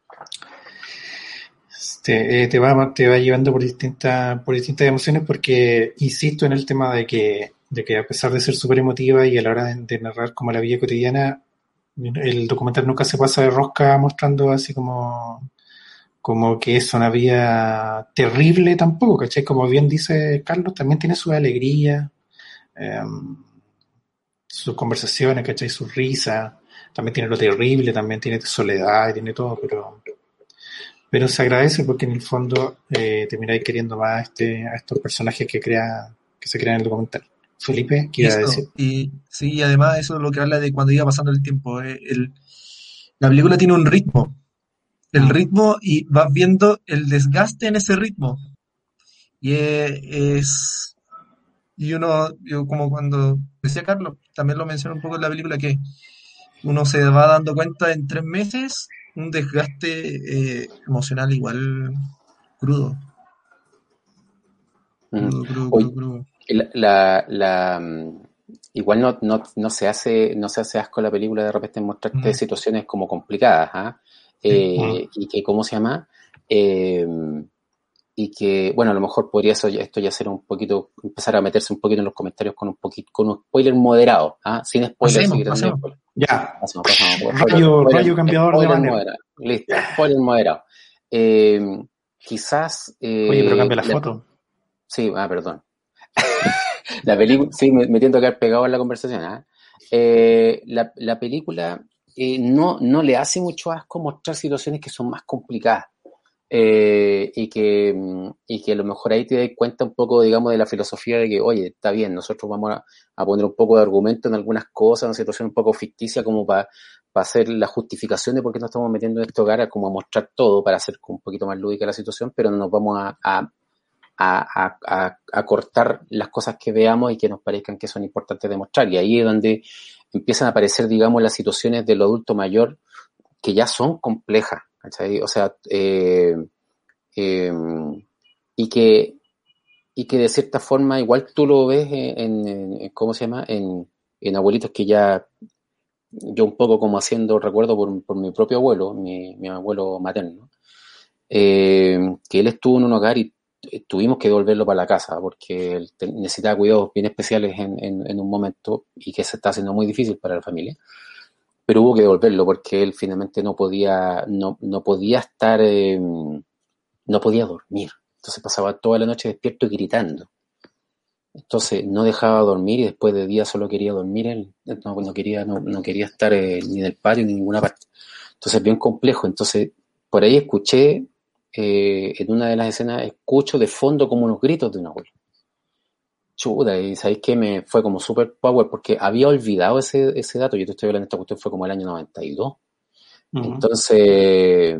te, te va te va llevando por distintas por distintas emociones porque insisto en el tema de que de que a pesar de ser súper emotiva y a la hora de, de narrar como la vida cotidiana, el documental nunca se pasa de rosca mostrando así como como que es una vida terrible tampoco, ¿cachai? Como bien dice Carlos, también tiene su alegría, eh, sus conversaciones, ¿cachai? Su risa, también tiene lo terrible, también tiene soledad, tiene todo, pero pero se agradece porque en el fondo eh, termináis queriendo más a, este, a estos personajes que crea que se crean en el documental. Felipe, ¿qué iba a decir? Y, sí, y además eso es lo que habla de cuando iba pasando el tiempo. Eh, el, la película tiene un ritmo. El ritmo y vas viendo el desgaste en ese ritmo. Y es, es- y uno, yo como cuando decía Carlos, también lo menciona un poco en la película, que uno se va dando cuenta en tres meses un desgaste eh, emocional igual crudo, Mm. crudo, crudo, Oye, crudo, crudo. la, la, la, mm, igual no, no, no se hace, no se hace asco la película de repente en mostrarte Mm, situaciones como complicadas, ¿ah? sí. Mm. Eh, y que, ¿cómo se llama? Eh, y que, bueno, a lo mejor podría eso, ya- esto ya ser un poquito, empezar a meterse un poquito en los comentarios con un poquito, con un spoiler moderado, ¿ah? Sin spoiler, Pasemos, seguir dando pasemos. spoiler. Ya. Pasamos, pasamos, pues, spoiler, Rayo, spoiler, rayo cambiador de spoiler manera. moderado. Listo, spoiler moderado. Eh, quizás, Oye, pero eh, cambia la la- foto. sí, ah, perdón. La película, sí, me, me tiento que haber pegado en la conversación, ¿ah? Eh, la, la película eh, no, no le hace mucho asco mostrar situaciones que son más complicadas. Eh, y que mm, y que a lo mejor ahí te das cuenta un poco, digamos, de la filosofía de que, oye, está bien, nosotros vamos a, a poner un poco de argumento en algunas cosas, en situaciones un poco ficticias, como para hacer la justificación de por qué nos estamos metiendo en este hogar, como a mostrar todo para hacer un poquito más lúdica la situación, pero no nos vamos a, a, a, a, a cortar las cosas que veamos y que nos parezcan que son importantes de mostrar. Y ahí es donde empiezan a aparecer, digamos, las situaciones del adulto mayor que ya son complejas, ¿cachai? O sea, eh, eh, y que y que de cierta forma igual tú lo ves en, en, en ¿cómo se llama? En, en abuelitos que ya, yo un poco como haciendo recuerdo por, por mi propio abuelo, mi, mi abuelo materno, eh, que él estuvo en un hogar y tuvimos que devolverlo para la casa porque él te- necesitaba cuidados bien especiales en, en, en un momento y que se está haciendo muy difícil para la familia, pero hubo que devolverlo porque él finalmente no podía, no, no podía estar, eh, no podía dormir. Entonces pasaba toda la noche despierto y gritando. Entonces no dejaba dormir y después de día solo quería dormir él. No, no quería, no, no quería estar eh, ni en el patio ni en ninguna parte. Entonces bien complejo. Entonces por ahí escuché, eh, en una de las escenas, escucho de fondo como unos gritos de un abuelo. Chuda, y sabéis que me fue como super power porque había olvidado ese, ese dato. Yo te estoy hablando, esta cuestión fue como el año noventa y dos. Ujú. Entonces,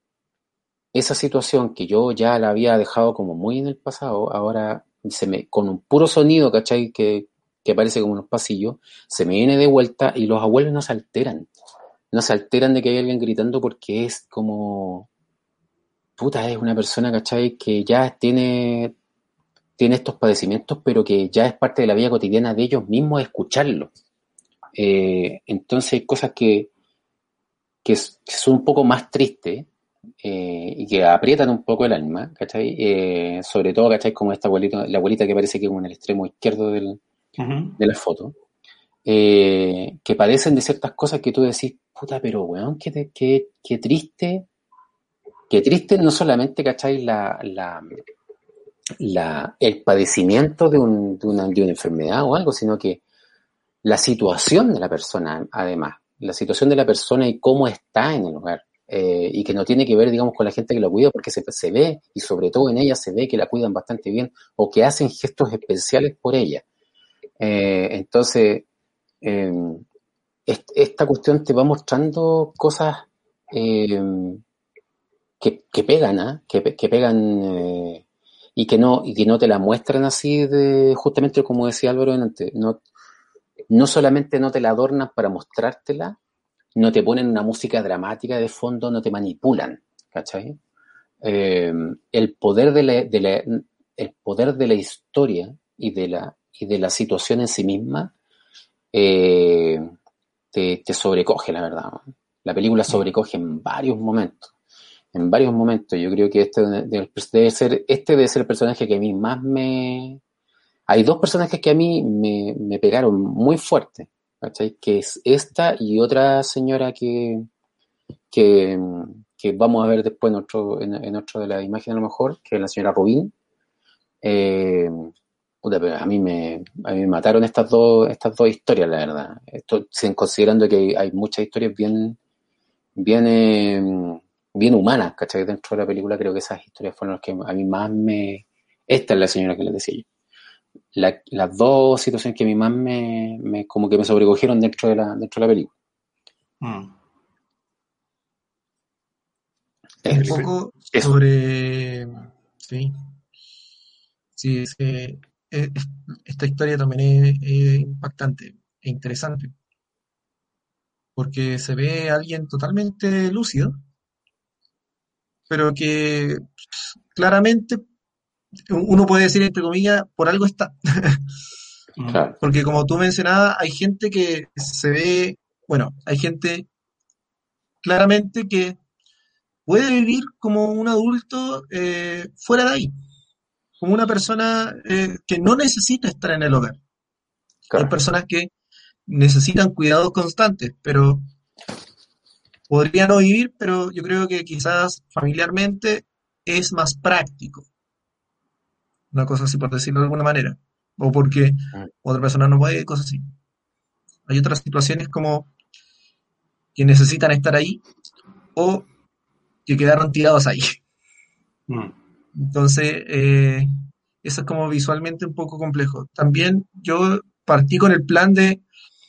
esa situación que yo ya la había dejado como muy en el pasado, ahora se me, con un puro sonido, ¿cachai? Que, que aparece como unos pasillos, se me viene de vuelta y los abuelos no se alteran. No se alteran de que hay alguien gritando porque es como, puta, es una persona, ¿cachai? Que ya tiene, tiene estos padecimientos, pero que ya es parte de la vida cotidiana de ellos mismos escucharlo. Eh, entonces hay cosas que, que, que son un poco más tristes, eh, y que aprietan un poco el alma, ¿cachai? Eh, sobre todo, ¿cachai? Como esta abuelita, la abuelita que parece que es como en el extremo izquierdo del, Ujú. de la foto, eh, que padecen de ciertas cosas que tú decís, puta, pero weón, qué, te- qué, qué triste, qué triste no solamente, ¿cachai? La, la, la, el padecimiento de, un, de, una, de una enfermedad o algo, sino que la situación de la persona, además, la situación de la persona y cómo está en el lugar, eh, y que no tiene que ver, digamos, con la gente que la cuida, porque se, se ve, y sobre todo en ella se ve que la cuidan bastante bien o que hacen gestos especiales por ella. Eh, entonces, eh, est- esta cuestión te va mostrando cosas, eh, que, que pegan, ¿ah? Que, pe- que pegan, eh, y que no y que no te la muestran así de, justamente como decía Álvaro antes, no, no solamente no te la adornan para mostrártela, no te ponen una música dramática de fondo, no te manipulan, ¿cachai? Eh, el poder de la, de la, el poder de la historia y de la, y de la situación en sí misma, eh, te, te sobrecoge, la verdad. La película sobrecoge en varios momentos. En varios momentos. Yo creo que este debe, debe ser, este debe ser el personaje que a mí más me, hay dos personajes que a mí me, me pegaron muy fuerte, ¿cachai? Que es esta y otra señora que, que, que vamos a ver después en otro, en, en otro de las imágenes a lo mejor, que es la señora Rubín. Eh, puta, pero a mí me, a mí me mataron estas dos, estas dos historias, la verdad. Esto, sin- considerando que hay, hay muchas historias bien, bien, eh, bien humanas, ¿cachai? Dentro de la película creo que esas historias fueron las que a mí más me... Esta es la señora que les decía yo. La, las dos situaciones que a mí más me, me como que me sobrecogieron dentro de la, dentro de la película. Mm. Un Eso. poco Eso. sobre, sí, sí, sí, eh, es- esta historia también es, es impactante e interesante, porque se ve a alguien totalmente lúcido, pero que claramente uno puede decir, entre comillas, por algo está. Claro. Porque como tú mencionabas, hay gente que se ve, bueno, hay gente claramente que puede vivir como un adulto eh, fuera de ahí, como una persona eh, que no necesita estar en el hogar. Hay Claro. personas que necesitan cuidados constantes, pero podrían no vivir, pero yo creo que quizás familiarmente es más práctico, una cosa así por decirlo de alguna manera, o porque Mm. otra persona no puede, cosas así. Hay otras situaciones como que necesitan estar ahí o que quedaron tirados ahí. Mm. Entonces, eh, eso es como visualmente un poco complejo. También yo partí con el plan de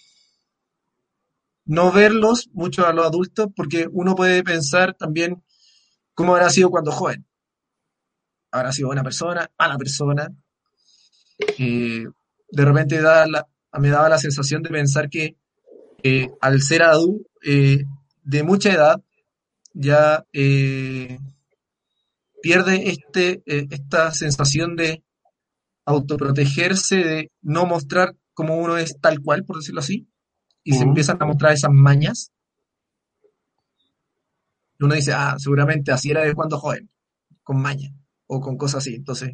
no verlos mucho a los adultos porque uno puede pensar también cómo habrá sido cuando joven. Habrá sido buena persona, mala persona. Eh, de repente da la- me daba la sensación de pensar que eh, al ser adulto eh, de mucha edad ya eh, pierde este, eh, esta sensación de autoprotegerse, de no mostrar como uno es tal cual, por decirlo así, y se Mm. empiezan a mostrar esas mañas. Y uno dice, ah, seguramente así era de cuando joven, con maña o con cosas así. Entonces,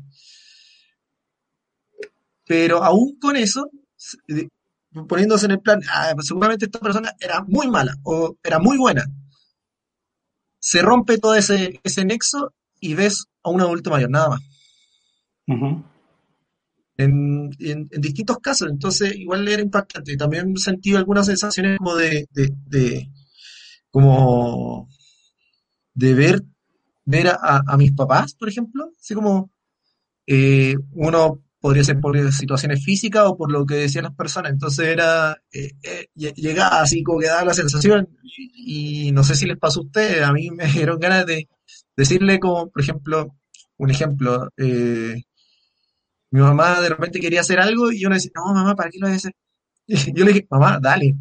pero aún con eso, s- de- poniéndose en el plan, ah, pues seguramente esta persona era muy mala o era muy buena, se rompe todo ese, ese nexo y ves a un adulto mayor, nada más. Ujú. En, en- en distintos casos, entonces igual era impactante. Y también sentí algunas sensaciones como de, de, de- como de ver, ver a, a mis papás, por ejemplo, así como eh, uno podría ser por situaciones físicas o por lo que decían las personas, entonces era, eh, eh, lle- llegaba así como que daba la sensación, y, y no sé si les pasó a ustedes, a mí me dieron ganas de decirle como, por ejemplo, un ejemplo, eh, mi mamá de repente quería hacer algo y yo le decía, no, mamá, ¿para qué lo voy a hacer? Y yo le dije, mamá, dale,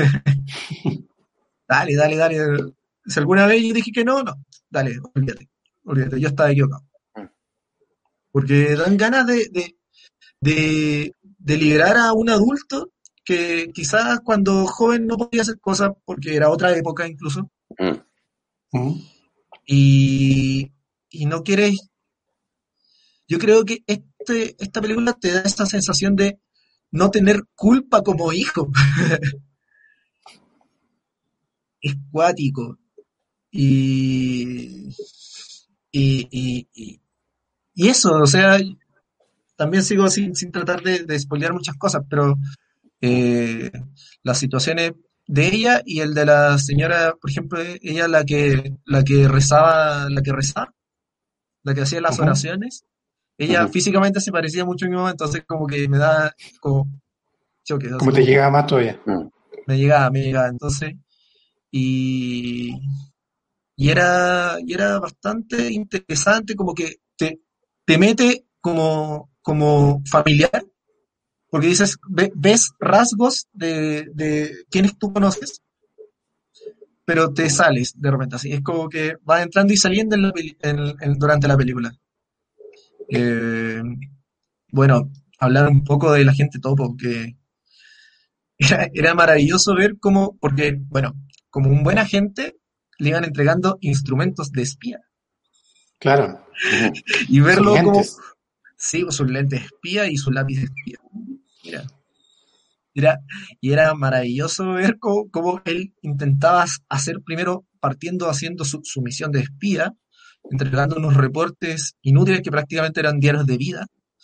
dale, dale, dale. Si alguna vez yo dije que no, no, dale, olvídate, olvídate, yo estaba equivocado. Porque dan ganas de, de, de, de liberar a un adulto que quizás cuando joven no podía hacer cosas porque era otra época incluso, Mm. Mm. y, y no quieres, yo creo que este, esta película te da esta sensación de no tener culpa como hijo. Es cuático. Y, y, y, y, y eso, o sea, también sigo sin, sin tratar de, de spoilear muchas cosas, pero eh, las situaciones de ella y el de la señora, por ejemplo, ella la que la que rezaba, la que rezaba, la que hacía las Ujú. oraciones, ella Ujú. físicamente se parecía mucho a mi mamá, entonces como que me da como choques, así Como te como llega más todavía. Mm. me llegaba, me llegaba, entonces, y, y era, y era bastante interesante, como que te, te mete como, como familiar, porque dices, ve- ves rasgos de, de quienes tú conoces, pero te sales de repente así. Es como que vas entrando y saliendo en la peli- en- en- durante la película. Eh, bueno, hablar un poco de la gente topo, que era, era maravilloso ver cómo, porque, bueno, como un buen agente, le iban entregando instrumentos de espía. Claro. Ujú. Y Sus verlo como, lentes. sí, con sus lentes de espía y su lápiz de espía. Mira, era, y era maravilloso ver cómo, cómo él intentaba hacer primero, partiendo haciendo su, su misión de espía, entregando unos reportes inútiles que prácticamente eran diarios de vida.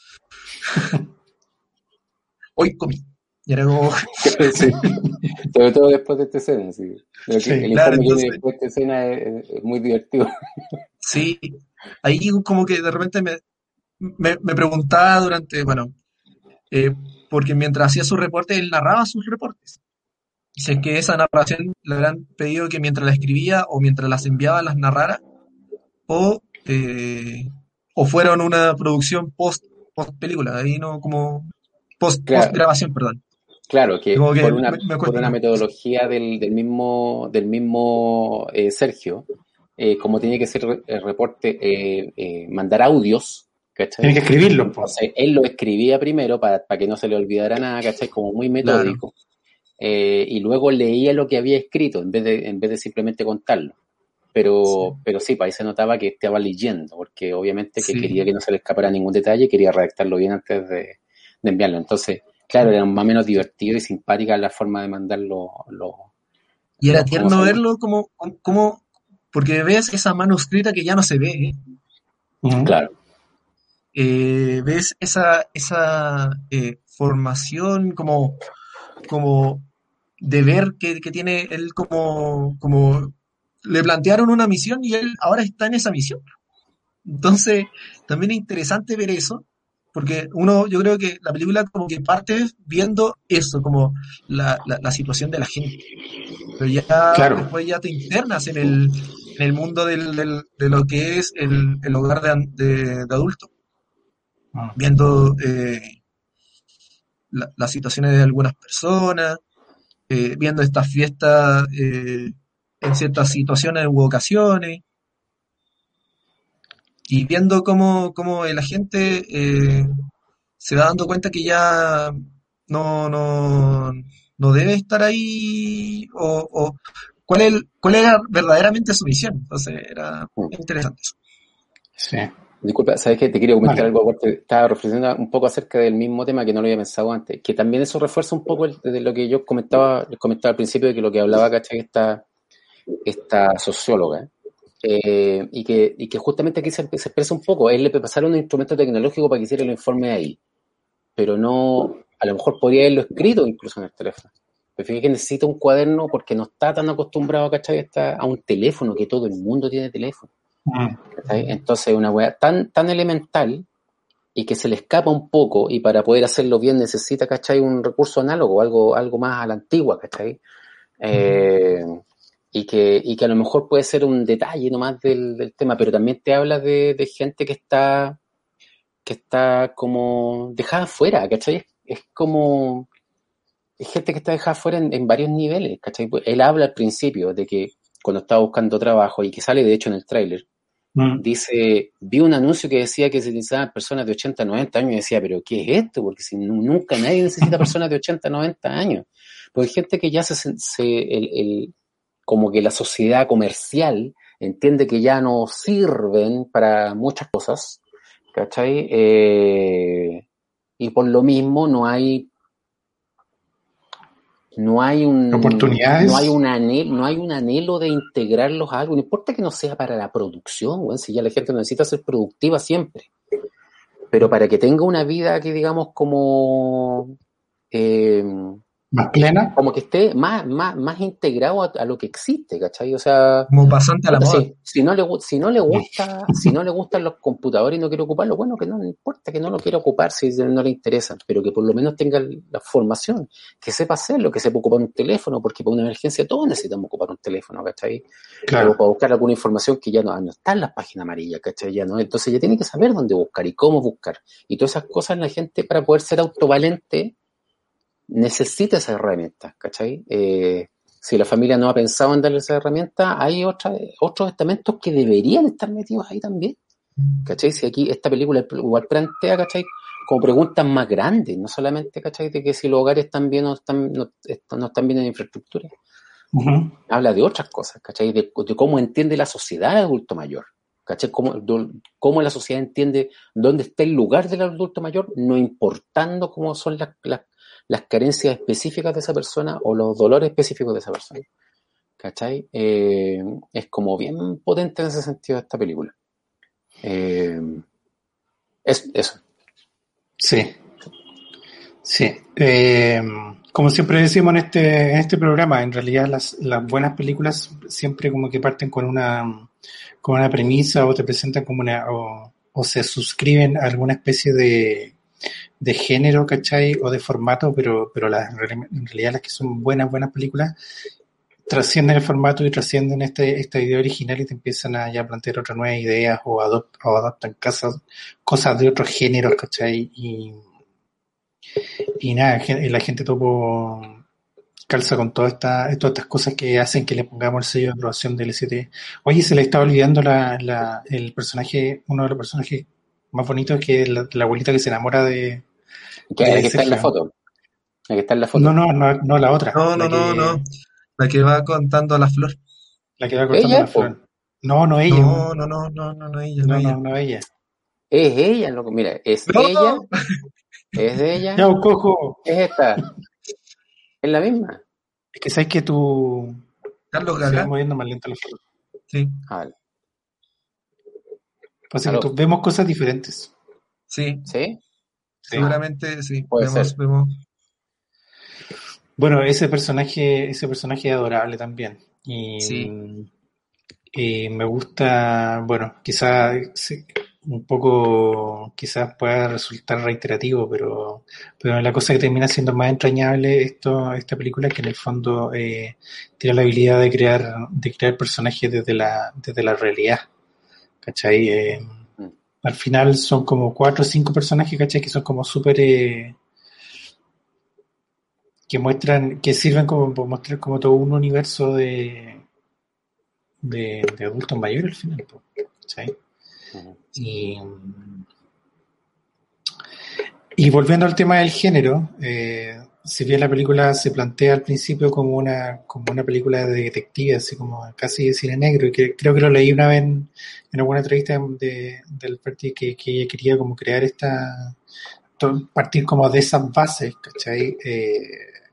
Hoy comí. Y era como, Sí, sobre todo después de esta escena, sí. Lo que, Sí. el claro, informe que viene entonces, después de esta escena es, es muy divertido. sí, ahí como que de repente me, me, me preguntaba durante, bueno, eh, porque mientras hacía sus reportes, él narraba sus reportes. Y si es que esa narración le habrán pedido que mientras la escribía o mientras las enviaba las narrara, o, eh, o fueron una producción post post película, ahí no como post, Claro. post grabación, perdón. Claro, que, Como que por una, me- me por cuesta. una metodología del, del mismo, del mismo eh, Sergio, eh, como tiene que ser el reporte, eh, eh, mandar audios, ¿cachai? Tiene que escribirlo, po. Entonces, él lo escribía primero para, para que no se le olvidara nada, ¿cachai? Como muy metódico. Eh, y luego leía lo que había escrito en vez de, en vez de simplemente contarlo. Pero, pero sí, para ahí se notaba que estaba leyendo, porque obviamente que Sí. quería que no se le escapara ningún detalle, quería redactarlo bien antes de, de enviarlo. Entonces, claro, era más o menos divertido y simpática la forma de mandar los... los- Y era los- ¿cómo tierno se llama? verlo como, como, porque ves esa mano escrita que ya no se ve, ¿eh? Ujú. Claro, Eh, ves esa, esa eh, formación como, como de ver que, que tiene él como, como le plantearon una misión y él ahora está en esa misión. Entonces, también es interesante ver eso, porque uno, yo creo que la película como que parte viendo eso, como la, la, la situación de la gente. Pero ya Claro. después ya te internas en el, en el mundo del, del- de lo que es el, el hogar de, an- de, de adultos, Ah. viendo eh, la- las situaciones de algunas personas, eh, viendo estas fiestas eh, en ciertas situaciones u ocasiones, y viendo cómo, cómo la gente eh, se va dando cuenta que ya no, no, no debe estar ahí, o, o cuál, es el- cuál era verdaderamente su misión. Entonces era Mm. interesante eso. Sí. disculpa, ¿sabes qué? Te quería comentar Vale. algo, porque estaba reflexionando un poco acerca del mismo tema que no lo había pensado antes, que también eso refuerza un poco el- de lo que yo comentaba, les comentaba al principio, de que lo que hablaba, ¿cachai? Esta, esta socióloga, eh, y, que, y que justamente aquí se, se expresa un poco, él le pasaron un instrumento tecnológico para que hiciera el informe ahí, pero no, a lo mejor podría haberlo escrito incluso en el teléfono. Pero fíjate que necesita un cuaderno porque no está tan acostumbrado, ¿cachai? Está a un teléfono, que todo el mundo tiene teléfono, Mm. ¿cachai? Entonces es una weá tan, tan elemental y que se le escapa un poco, y para poder hacerlo bien necesita, ¿cachai? Un recurso análogo, algo, algo más a la antigua, ¿cachai? Eh, y, que, y que a lo mejor puede ser un detalle nomás del, del tema, pero también te habla de, de gente que está que está como dejada fuera, ¿cachai? Es, es como es gente que está dejada fuera en, en varios niveles, ¿cachai? Pues él habla al principio de que cuando estaba buscando trabajo, y que sale de hecho en el tráiler, Mm. dice, vi un anuncio que decía que se necesitaban personas de ochenta, noventa años, y decía, pero ¿qué es esto? Porque si nu- nunca nadie necesita personas de ochenta, noventa años. Porque hay gente que ya se, se el, el, como que la sociedad comercial entiende que ya no sirven para muchas cosas, ¿cachai? Eh, y por lo mismo no hay no hay un Oportunidades. no hay un anhelo, no hay un anhelo de integrarlos a algo, no importa que no sea para la producción, bueno, si ya la gente necesita ser productiva siempre, pero para que tenga una vida que digamos como eh, Más plena. como que esté más, más, más integrado a, a lo que existe, ¿cachai? O sea, Como pasante a la moda. si, si no le gu- si no le gusta, si no le gustan los computadores y no quiere ocuparlo, bueno, que no le importa, que no lo quiera ocupar si no le interesan, pero que por lo menos tenga la formación, que sepa hacerlo, que sepa ocupar un teléfono, porque para una emergencia todos necesitamos ocupar un teléfono, ¿cachai? O Claro. para buscar alguna información que ya no, no está en las páginas amarillas, ¿cachai? Ya no, entonces ya tiene que saber dónde buscar y cómo buscar. Y todas esas cosas la gente, para poder ser autovalente, necesita esas herramientas, ¿cachai? Eh, si la familia no ha pensado en darle esa herramienta, hay otra, otros estamentos que deberían estar metidos ahí también, ¿cachai? Si aquí esta película igual plantea, ¿cachai? Como preguntas más grandes, no solamente, ¿cachai? De que si los hogares están bien o están, no, están, no están bien en infraestructura. Ujú. Habla de otras cosas, ¿cachai? De, de cómo entiende la sociedad el adulto mayor, ¿cachai? Cómo, do- cómo la sociedad entiende dónde está el lugar del adulto mayor, no importando cómo son las, las, las carencias específicas de esa persona o los dolores específicos de esa persona, ¿cachai? Eh, es como bien potente en ese sentido esta película. Eh, es, eso. Sí. Sí. Eh, como siempre decimos en este, en este programa, en realidad las, las buenas películas siempre como que parten con una, con una premisa, o te presentan como una, o, o se suscriben a alguna especie de, de género, ¿cachai? O de formato, pero, pero las, en realidad las que son buenas, buenas películas trascienden el formato y trascienden este, esta idea original y te empiezan a ya plantear otras nuevas ideas o, adopt, o adaptan cosas, cosas de otros géneros, ¿cachai? Y, y nada, la gente topo calza con todas estas todas estas cosas que hacen que le pongamos el sello de aprobación del L S T. Oye, se le está olvidando la, la, el personaje, uno de los personajes más bonitos, que es la, la abuelita que se enamora de... Que, de la que está en la foto. La que está en la foto. No, no, no, no la otra. No, no, la no, que, no. La que va contando la flor. La que va cortando ¿Ella? la flor. No, no ella. No, no, no, no, no, no ella, no, No, ella. no, no ella. Es ella, loco. Mira, es ¡No! ella. Es de ella. Ya, un cojo. Es esta. Es la misma. Es que sabes que tú... Carlos se va Gala. moviendo más lento la foto. Sí, Ah, vale. Así que Aló. tú- vemos cosas diferentes. sí, ¿Sí? Sí. seguramente sí. Puede Vemos, ser. vemos. Bueno, ese personaje, ese personaje es adorable también. Y, Sí. y me gusta, bueno, quizás sí, un poco, quizás pueda resultar reiterativo, pero, pero la cosa que termina siendo más entrañable esto, esta película es que en el fondo eh, tiene la habilidad de crear, de crear personajes desde la, desde la realidad. ¿Cachai? Eh, Mm. al final son como cuatro o cinco personajes, ¿cachai? Que son como súper... Eh, que muestran, que sirven como para mostrar como todo un universo de de, de adultos mayores al final, po, ¿cachai? Ujú. Y, y volviendo al tema del género, eh, si bien la película se plantea al principio como una como una película de detective, así como casi de cine negro, y que creo que lo leí una vez en, en alguna entrevista de, del Alberti, que, que ella quería como crear esta, to- partir como de esas bases, ¿cachai? Eh,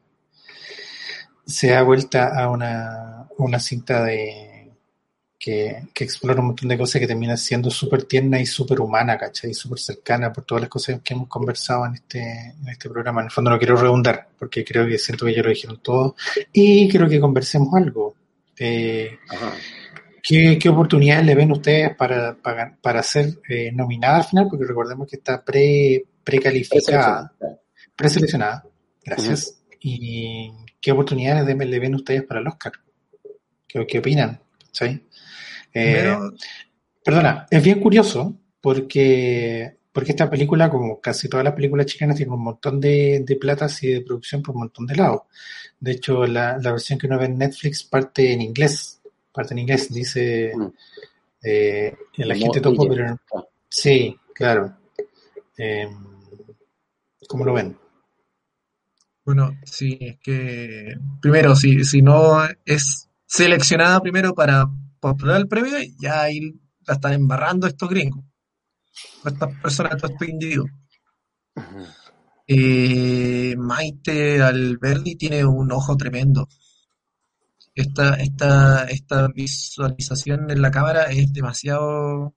se da vuelta a una, una cinta de que, que explora un montón de cosas que termina siendo súper tierna y súper humana, ¿cachai? Súper cercana por todas las cosas que hemos conversado en este, en este programa. En el fondo no quiero redundar, porque creo que siento que ya lo dijeron todo, y quiero que conversemos algo. Eh, Ajá. ¿qué, ¿Qué oportunidades le ven ustedes para, para, para ser eh, nominada al final? Porque recordemos que está pre, precalificada, preseleccionada. Gracias. Uh-huh. ¿Y qué oportunidades de, le ven ustedes para el Oscar? ¿Qué, qué opinan? ¿Sí? Eh, Pero... Perdona, es bien curioso porque, porque esta película, como casi todas las películas chilenas, tiene un montón de, de platas y de producción por un montón de lados. De hecho, la, la versión que uno ve en Netflix parte en inglés. Parte en inglés, dice mm. eh, la gente topo, pero... Sí, claro. Eh, ¿Cómo lo ven? Bueno, sí, es que... Primero, si, si no es seleccionada primero para postular el premio, ya ahí la están embarrando estos gringos, estas personas, todos estos individuos. Uh-huh. eh, Maite Alberdi tiene un ojo tremendo. Esta, esta, esta visualización en la cámara es demasiado...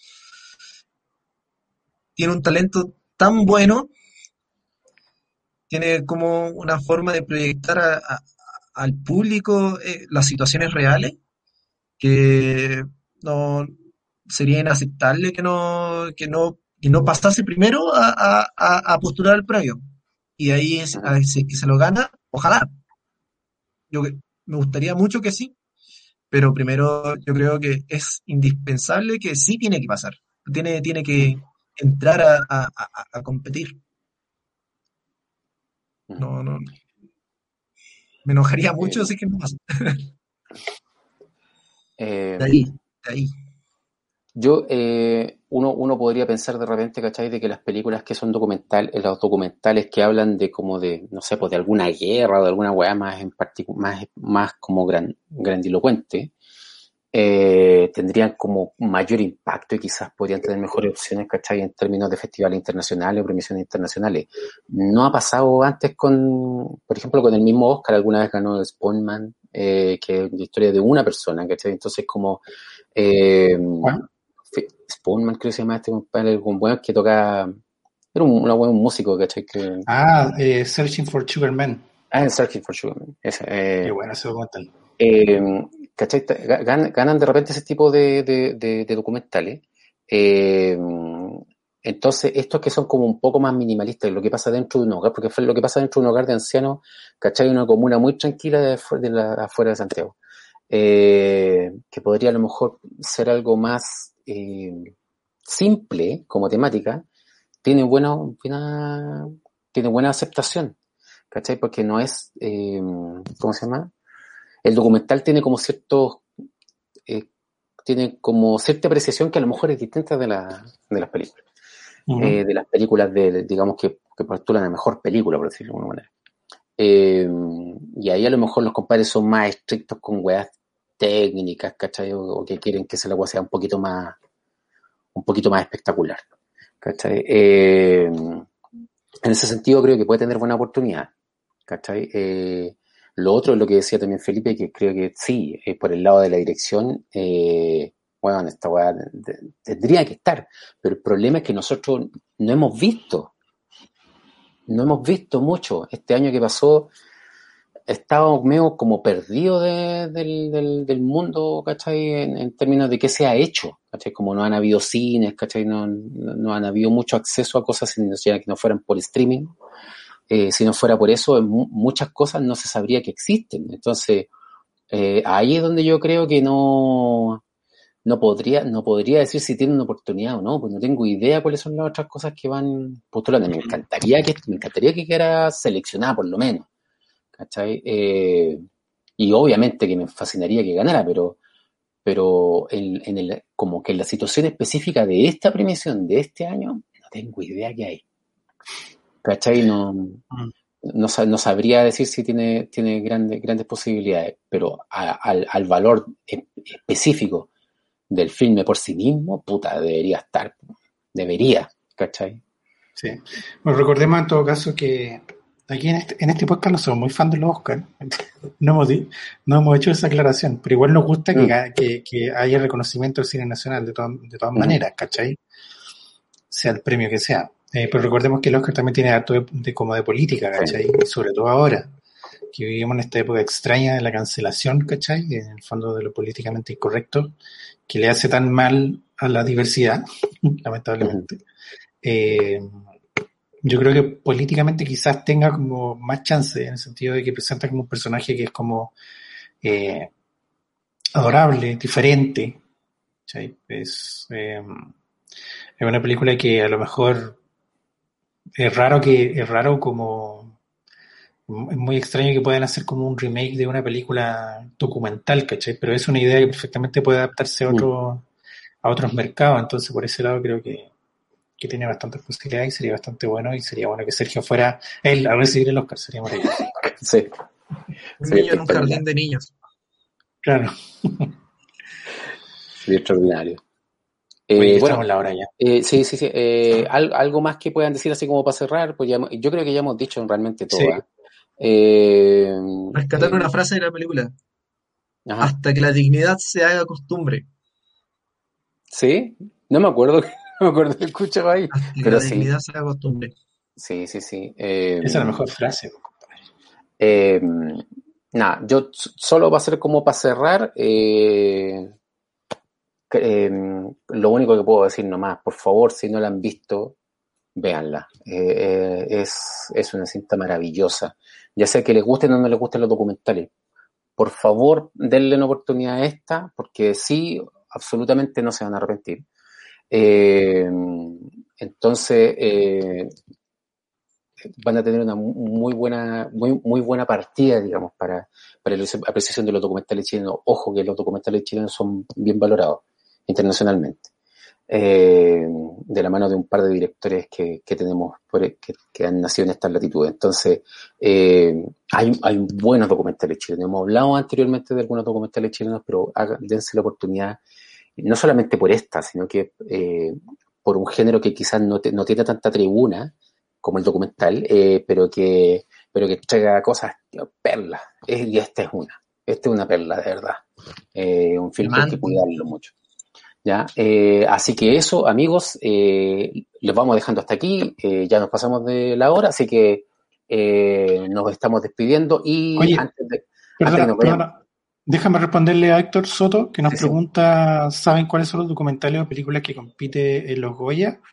Tiene un talento tan bueno, tiene como una forma de proyectar a, a, al público eh, las situaciones reales, que no sería inaceptable que no que no que no pasase primero a, a, a postular el premio, y ahí es, a, si que se lo gana, ojalá. Yo me gustaría mucho que sí, pero primero yo creo que es indispensable que sí tiene que pasar, tiene tiene que entrar a, a, a, a competir. No, no, me enojaría mucho si eh, que no pasa. Eh, de ahí, de ahí. Yo, eh, uno, uno podría pensar de repente, ¿cachai? De que las películas que son documentales, los documentales que hablan de como de, no sé, pues de alguna guerra o de alguna weá más en particular, más, más como gran, grandilocuente, eh, tendrían como mayor impacto y quizás podrían tener mejores opciones, ¿cachai? En términos de festivales internacionales o premiaciones internacionales. No ha pasado antes con, por ejemplo, con el mismo Oscar, alguna vez ganó Spawnman, eh, que es la historia de una persona, ¿cachai? Entonces como, eh, ¿cuál? Spawnman creo que se llama este compadre, un buen que toca, era un, una buen músico, ¿cachai? Que... Ah, eh, Searching for Sugar Man. Ah, Searching for Sugar Man. Ese, eh, Qué bueno ese documental. Eh, ¿cachai? Gan, ganan de repente ese tipo de, de, de, de documentales. Eh, entonces, estos que son como un poco más minimalistas, lo que pasa dentro de un hogar, porque fue lo que pasa dentro de un hogar de ancianos, ¿cachai? Una comuna muy tranquila de, de la, afuera de Santiago. Eh, que podría a lo mejor ser algo más eh, simple como temática, tiene buena, buena, tiene buena aceptación, ¿cachai? Porque no es, eh, ¿cómo se llama? El documental tiene como ciertos, eh, tiene como cierta apreciación que a lo mejor es distinta de, la, de las películas. Uh-huh. Eh, de las películas de, digamos, que, que postulan la mejor película, por decirlo de alguna manera. Eh, y ahí a lo mejor los compadres son más estrictos con weas técnicas, ¿cachai? O, o que quieren que ese agua sea un poquito más, un poquito más espectacular, ¿cachai? Eh, en ese sentido creo que puede tener buena oportunidad, ¿cachai? Eh, lo otro es lo que decía también Felipe, que creo que sí, eh, por el lado de la dirección, eh, bueno, esta weá tendría que estar, pero el problema es que nosotros no hemos visto, no hemos visto mucho. Este año que pasó, estábamos medio como perdidos de, del, del, del mundo, ¿cachai? En, en términos de qué se ha hecho, ¿cachai? Como no han habido cines, ¿cachai? No, no, no han habido mucho acceso a cosas que no fueran por streaming. Eh, si no fuera por eso, mu- muchas cosas no se sabría que existen. Entonces, eh, ahí es donde yo creo que no, no podría, no podría decir si tiene una oportunidad o no, pues no tengo idea cuáles son las otras cosas que van postulando. Me encantaría que, me encantaría que quedara seleccionada por lo menos, ¿cachai? Eh, y obviamente que me fascinaría que ganara, pero, pero en, en el, como que en la situación específica de esta premiación de este año, no tengo idea qué hay. ¿Cachai? No, no, no sabría decir si tiene, tiene grandes, grandes posibilidades, pero a, al, al valor específico del filme por sí mismo, puta, debería estar, debería, ¿cachai? Sí. Bueno, recordemos en todo caso que aquí en este, en este podcast no somos muy fan de los Oscars, no hemos, no hemos hecho esa aclaración, pero igual nos gusta que, mm. que, que haya reconocimiento del cine nacional de, to, de todas mm. maneras, ¿cachai? Sea el premio que sea. Eh, pero recordemos que el Oscar también tiene acto de, de, como de política, ¿cachai? Y sobre todo ahora, que vivimos en esta época extraña de la cancelación, ¿cachai? En el fondo de lo políticamente incorrecto, que le hace tan mal a la diversidad, lamentablemente. Uh-huh. Eh, yo creo que políticamente quizás tenga como más chance, en el sentido de que presenta como un personaje que es como eh, adorable, diferente, ¿cachai? Es, eh, es una película que a lo mejor es raro que, es raro como, es muy extraño que puedan hacer como un remake de una película documental, ¿cachai? Pero es una idea que perfectamente puede adaptarse a otro, a otros mercados, entonces por ese lado creo que, que tiene bastantes posibilidades y sería bastante bueno, y sería bueno que Sergio fuera él a recibir el Oscar, sería maravilloso. Sí. Un sí, niño en un jardín de niños. Claro. Sería extraordinario. Oye, Eh, bueno, estamos en la hora ya. Eh, sí, sí, sí. Eh, ¿algo, algo más que puedan decir así como para cerrar? Pues ya, yo creo que ya hemos dicho realmente todo. Sí. Eh, Rescatar eh, una frase de la película. Ajá. Hasta que la dignidad se haga costumbre. ¿Sí? No me acuerdo, no me acuerdo que escuchaba ahí. Hasta que pero la sí. dignidad se haga costumbre. Sí, sí, sí. Eh, Esa es la mejor frase. Eh, nada, yo solo va a ser como para cerrar. Eh, Eh, lo único que puedo decir nomás, por favor, si no la han visto, véanla. Eh, eh, es, es una cinta maravillosa. Ya sea que les gusten o no les gusten los documentales. Por favor, denle una oportunidad a esta, porque sí, absolutamente no se van a arrepentir. Eh, entonces, eh, van a tener una muy buena, muy, muy buena partida, digamos, para, para la apreciación de los documentales chilenos. Ojo que los documentales chilenos son bien valorados internacionalmente, eh, de la mano de un par de directores que, que tenemos, por, que, que han nacido en estas latitudes. Entonces, eh, hay, hay buenos documentales chilenos. Hemos hablado anteriormente de algunos documentales chilenos, pero hagan, dense la oportunidad, no solamente por esta, sino que eh, por un género que quizás no, te, no tiene tanta tribuna como el documental, eh, pero que pero que entrega cosas, tío, perlas. Es, y esta es una. Esta es una perla, de verdad. Eh, un film que hay que cuidarlo mucho. ¿Ya? Eh, así que eso, amigos, eh, los vamos dejando hasta aquí. Eh, ya nos pasamos de la hora, así que eh, nos estamos despidiendo. Y Oye, antes de. Perdona, antes de perdona. Déjame responderle a Héctor Soto, que nos sí, pregunta, ¿saben cuáles son los documentales o películas que compite en los Goya?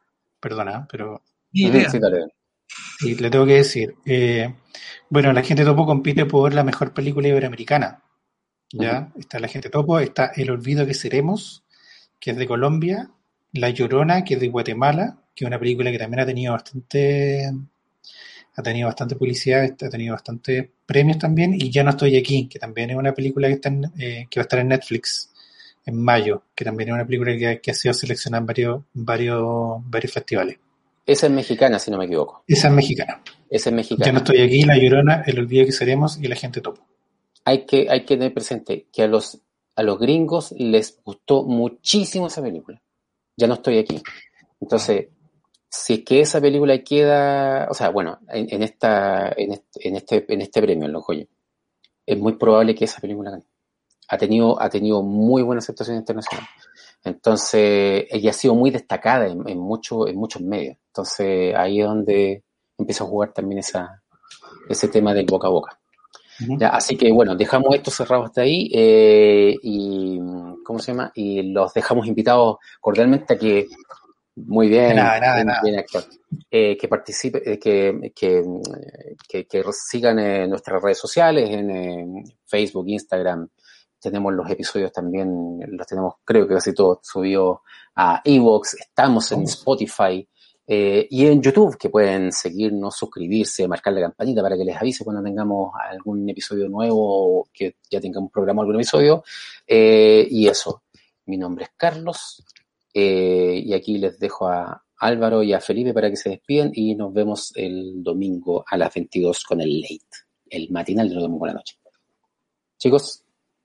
perdona, pero... Ni idea. Sí, dale. Y le tengo que decir, eh, bueno, La Gente Topo compite por la mejor película iberoamericana. Ya, uh-huh. Está La Gente Topo, está El Olvido que Seremos, que es de Colombia, La Llorona, que es de Guatemala, que es una película que también ha tenido bastante ha tenido bastante publicidad, ha tenido bastantes premios también, y Ya no estoy aquí, que también es una película que está en, eh, que va a estar en Netflix en mayo, que también es una película que, que ha sido seleccionada en varios, varios, varios festivales. Esa es mexicana, si no me equivoco. Esa es mexicana. Esa es mexicana. Ya no estoy aquí, La Llorona, El Olvido que Seremos y La Gente Topo. Hay que, hay que tener presente que a los, a los gringos les gustó muchísimo esa película. Ya no estoy aquí. Entonces, si es que esa película queda, o sea, bueno, en, en esta, en este, en este, en este premio, en los Goya, es muy probable que esa película gane. Ha tenido, ha tenido muy buena aceptación internacional. Entonces, ella ha sido muy destacada en, en, mucho, en muchos medios. Entonces, ahí es donde empieza a jugar también esa, ese tema del boca a boca. Uh-huh. Ya, así que, bueno, dejamos esto cerrado hasta ahí eh, y, ¿cómo se llama? Y los dejamos invitados cordialmente a que, muy bien, nada, nada, bien, nada. bien actor, eh, que participe, eh, que, que, que, que sigan en nuestras redes sociales, en, en Facebook, Instagram. Tenemos los episodios también, los tenemos creo que casi todos subidos a iVoox, estamos en Spotify eh, y en YouTube, que pueden seguirnos, suscribirse, marcar la campanita para que les avise cuando tengamos algún episodio nuevo, que ya tengamos programado algún episodio. Eh, y eso, mi nombre es Carlos eh, y aquí les dejo a Álvaro y a Felipe para que se despiden y nos vemos el domingo a las veintidós con el late, el matinal de los domingos por la noche. Chicos.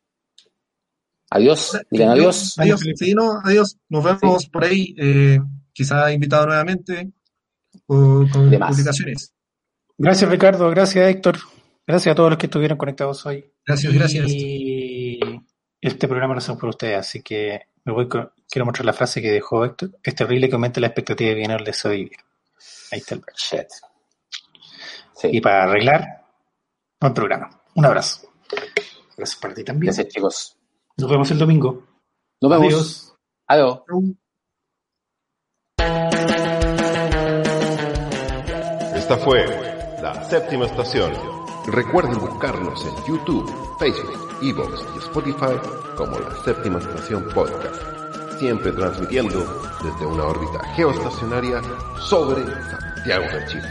Adiós, digan adiós. Adiós, sí, no, adiós. Nos vemos sí. por ahí, eh, quizá invitado nuevamente o con publicaciones. Gracias, Ricardo, gracias, Héctor. Gracias a todos los que estuvieron conectados hoy. Gracias, gracias. Y este programa lo hacemos por ustedes, así que me voy con, quiero mostrar la frase que dejó Héctor. Es terrible que aumente la expectativa de bienestar de sobrevivir. Ahí está el shit. Sí. Y para arreglar, buen programa. Un abrazo. Gracias para ti también. Gracias, chicos. Nos vemos el domingo. Nos vemos. Adiós. Adiós. Esta fue la séptima estación. Recuerden buscarnos en YouTube, Facebook, iVoox y Spotify como la séptima estación podcast. Siempre transmitiendo desde una órbita geoestacionaria sobre Santiago de Chile.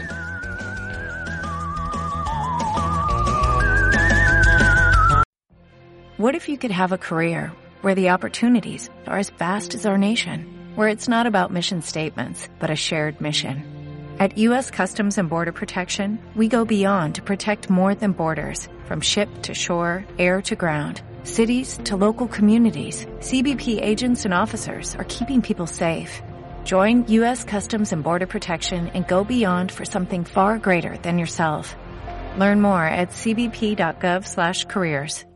What if you could have a career where the opportunities are as vast as our nation, where it's not about mission statements, but a shared mission? At U S Customs and Border Protection, we go beyond to protect more than borders. From ship to shore, air to ground, cities to local communities, C B P agents and officers are keeping people safe. Join U S Customs and Border Protection and go beyond for something far greater than yourself. Learn more at c b p dot gov slash careers.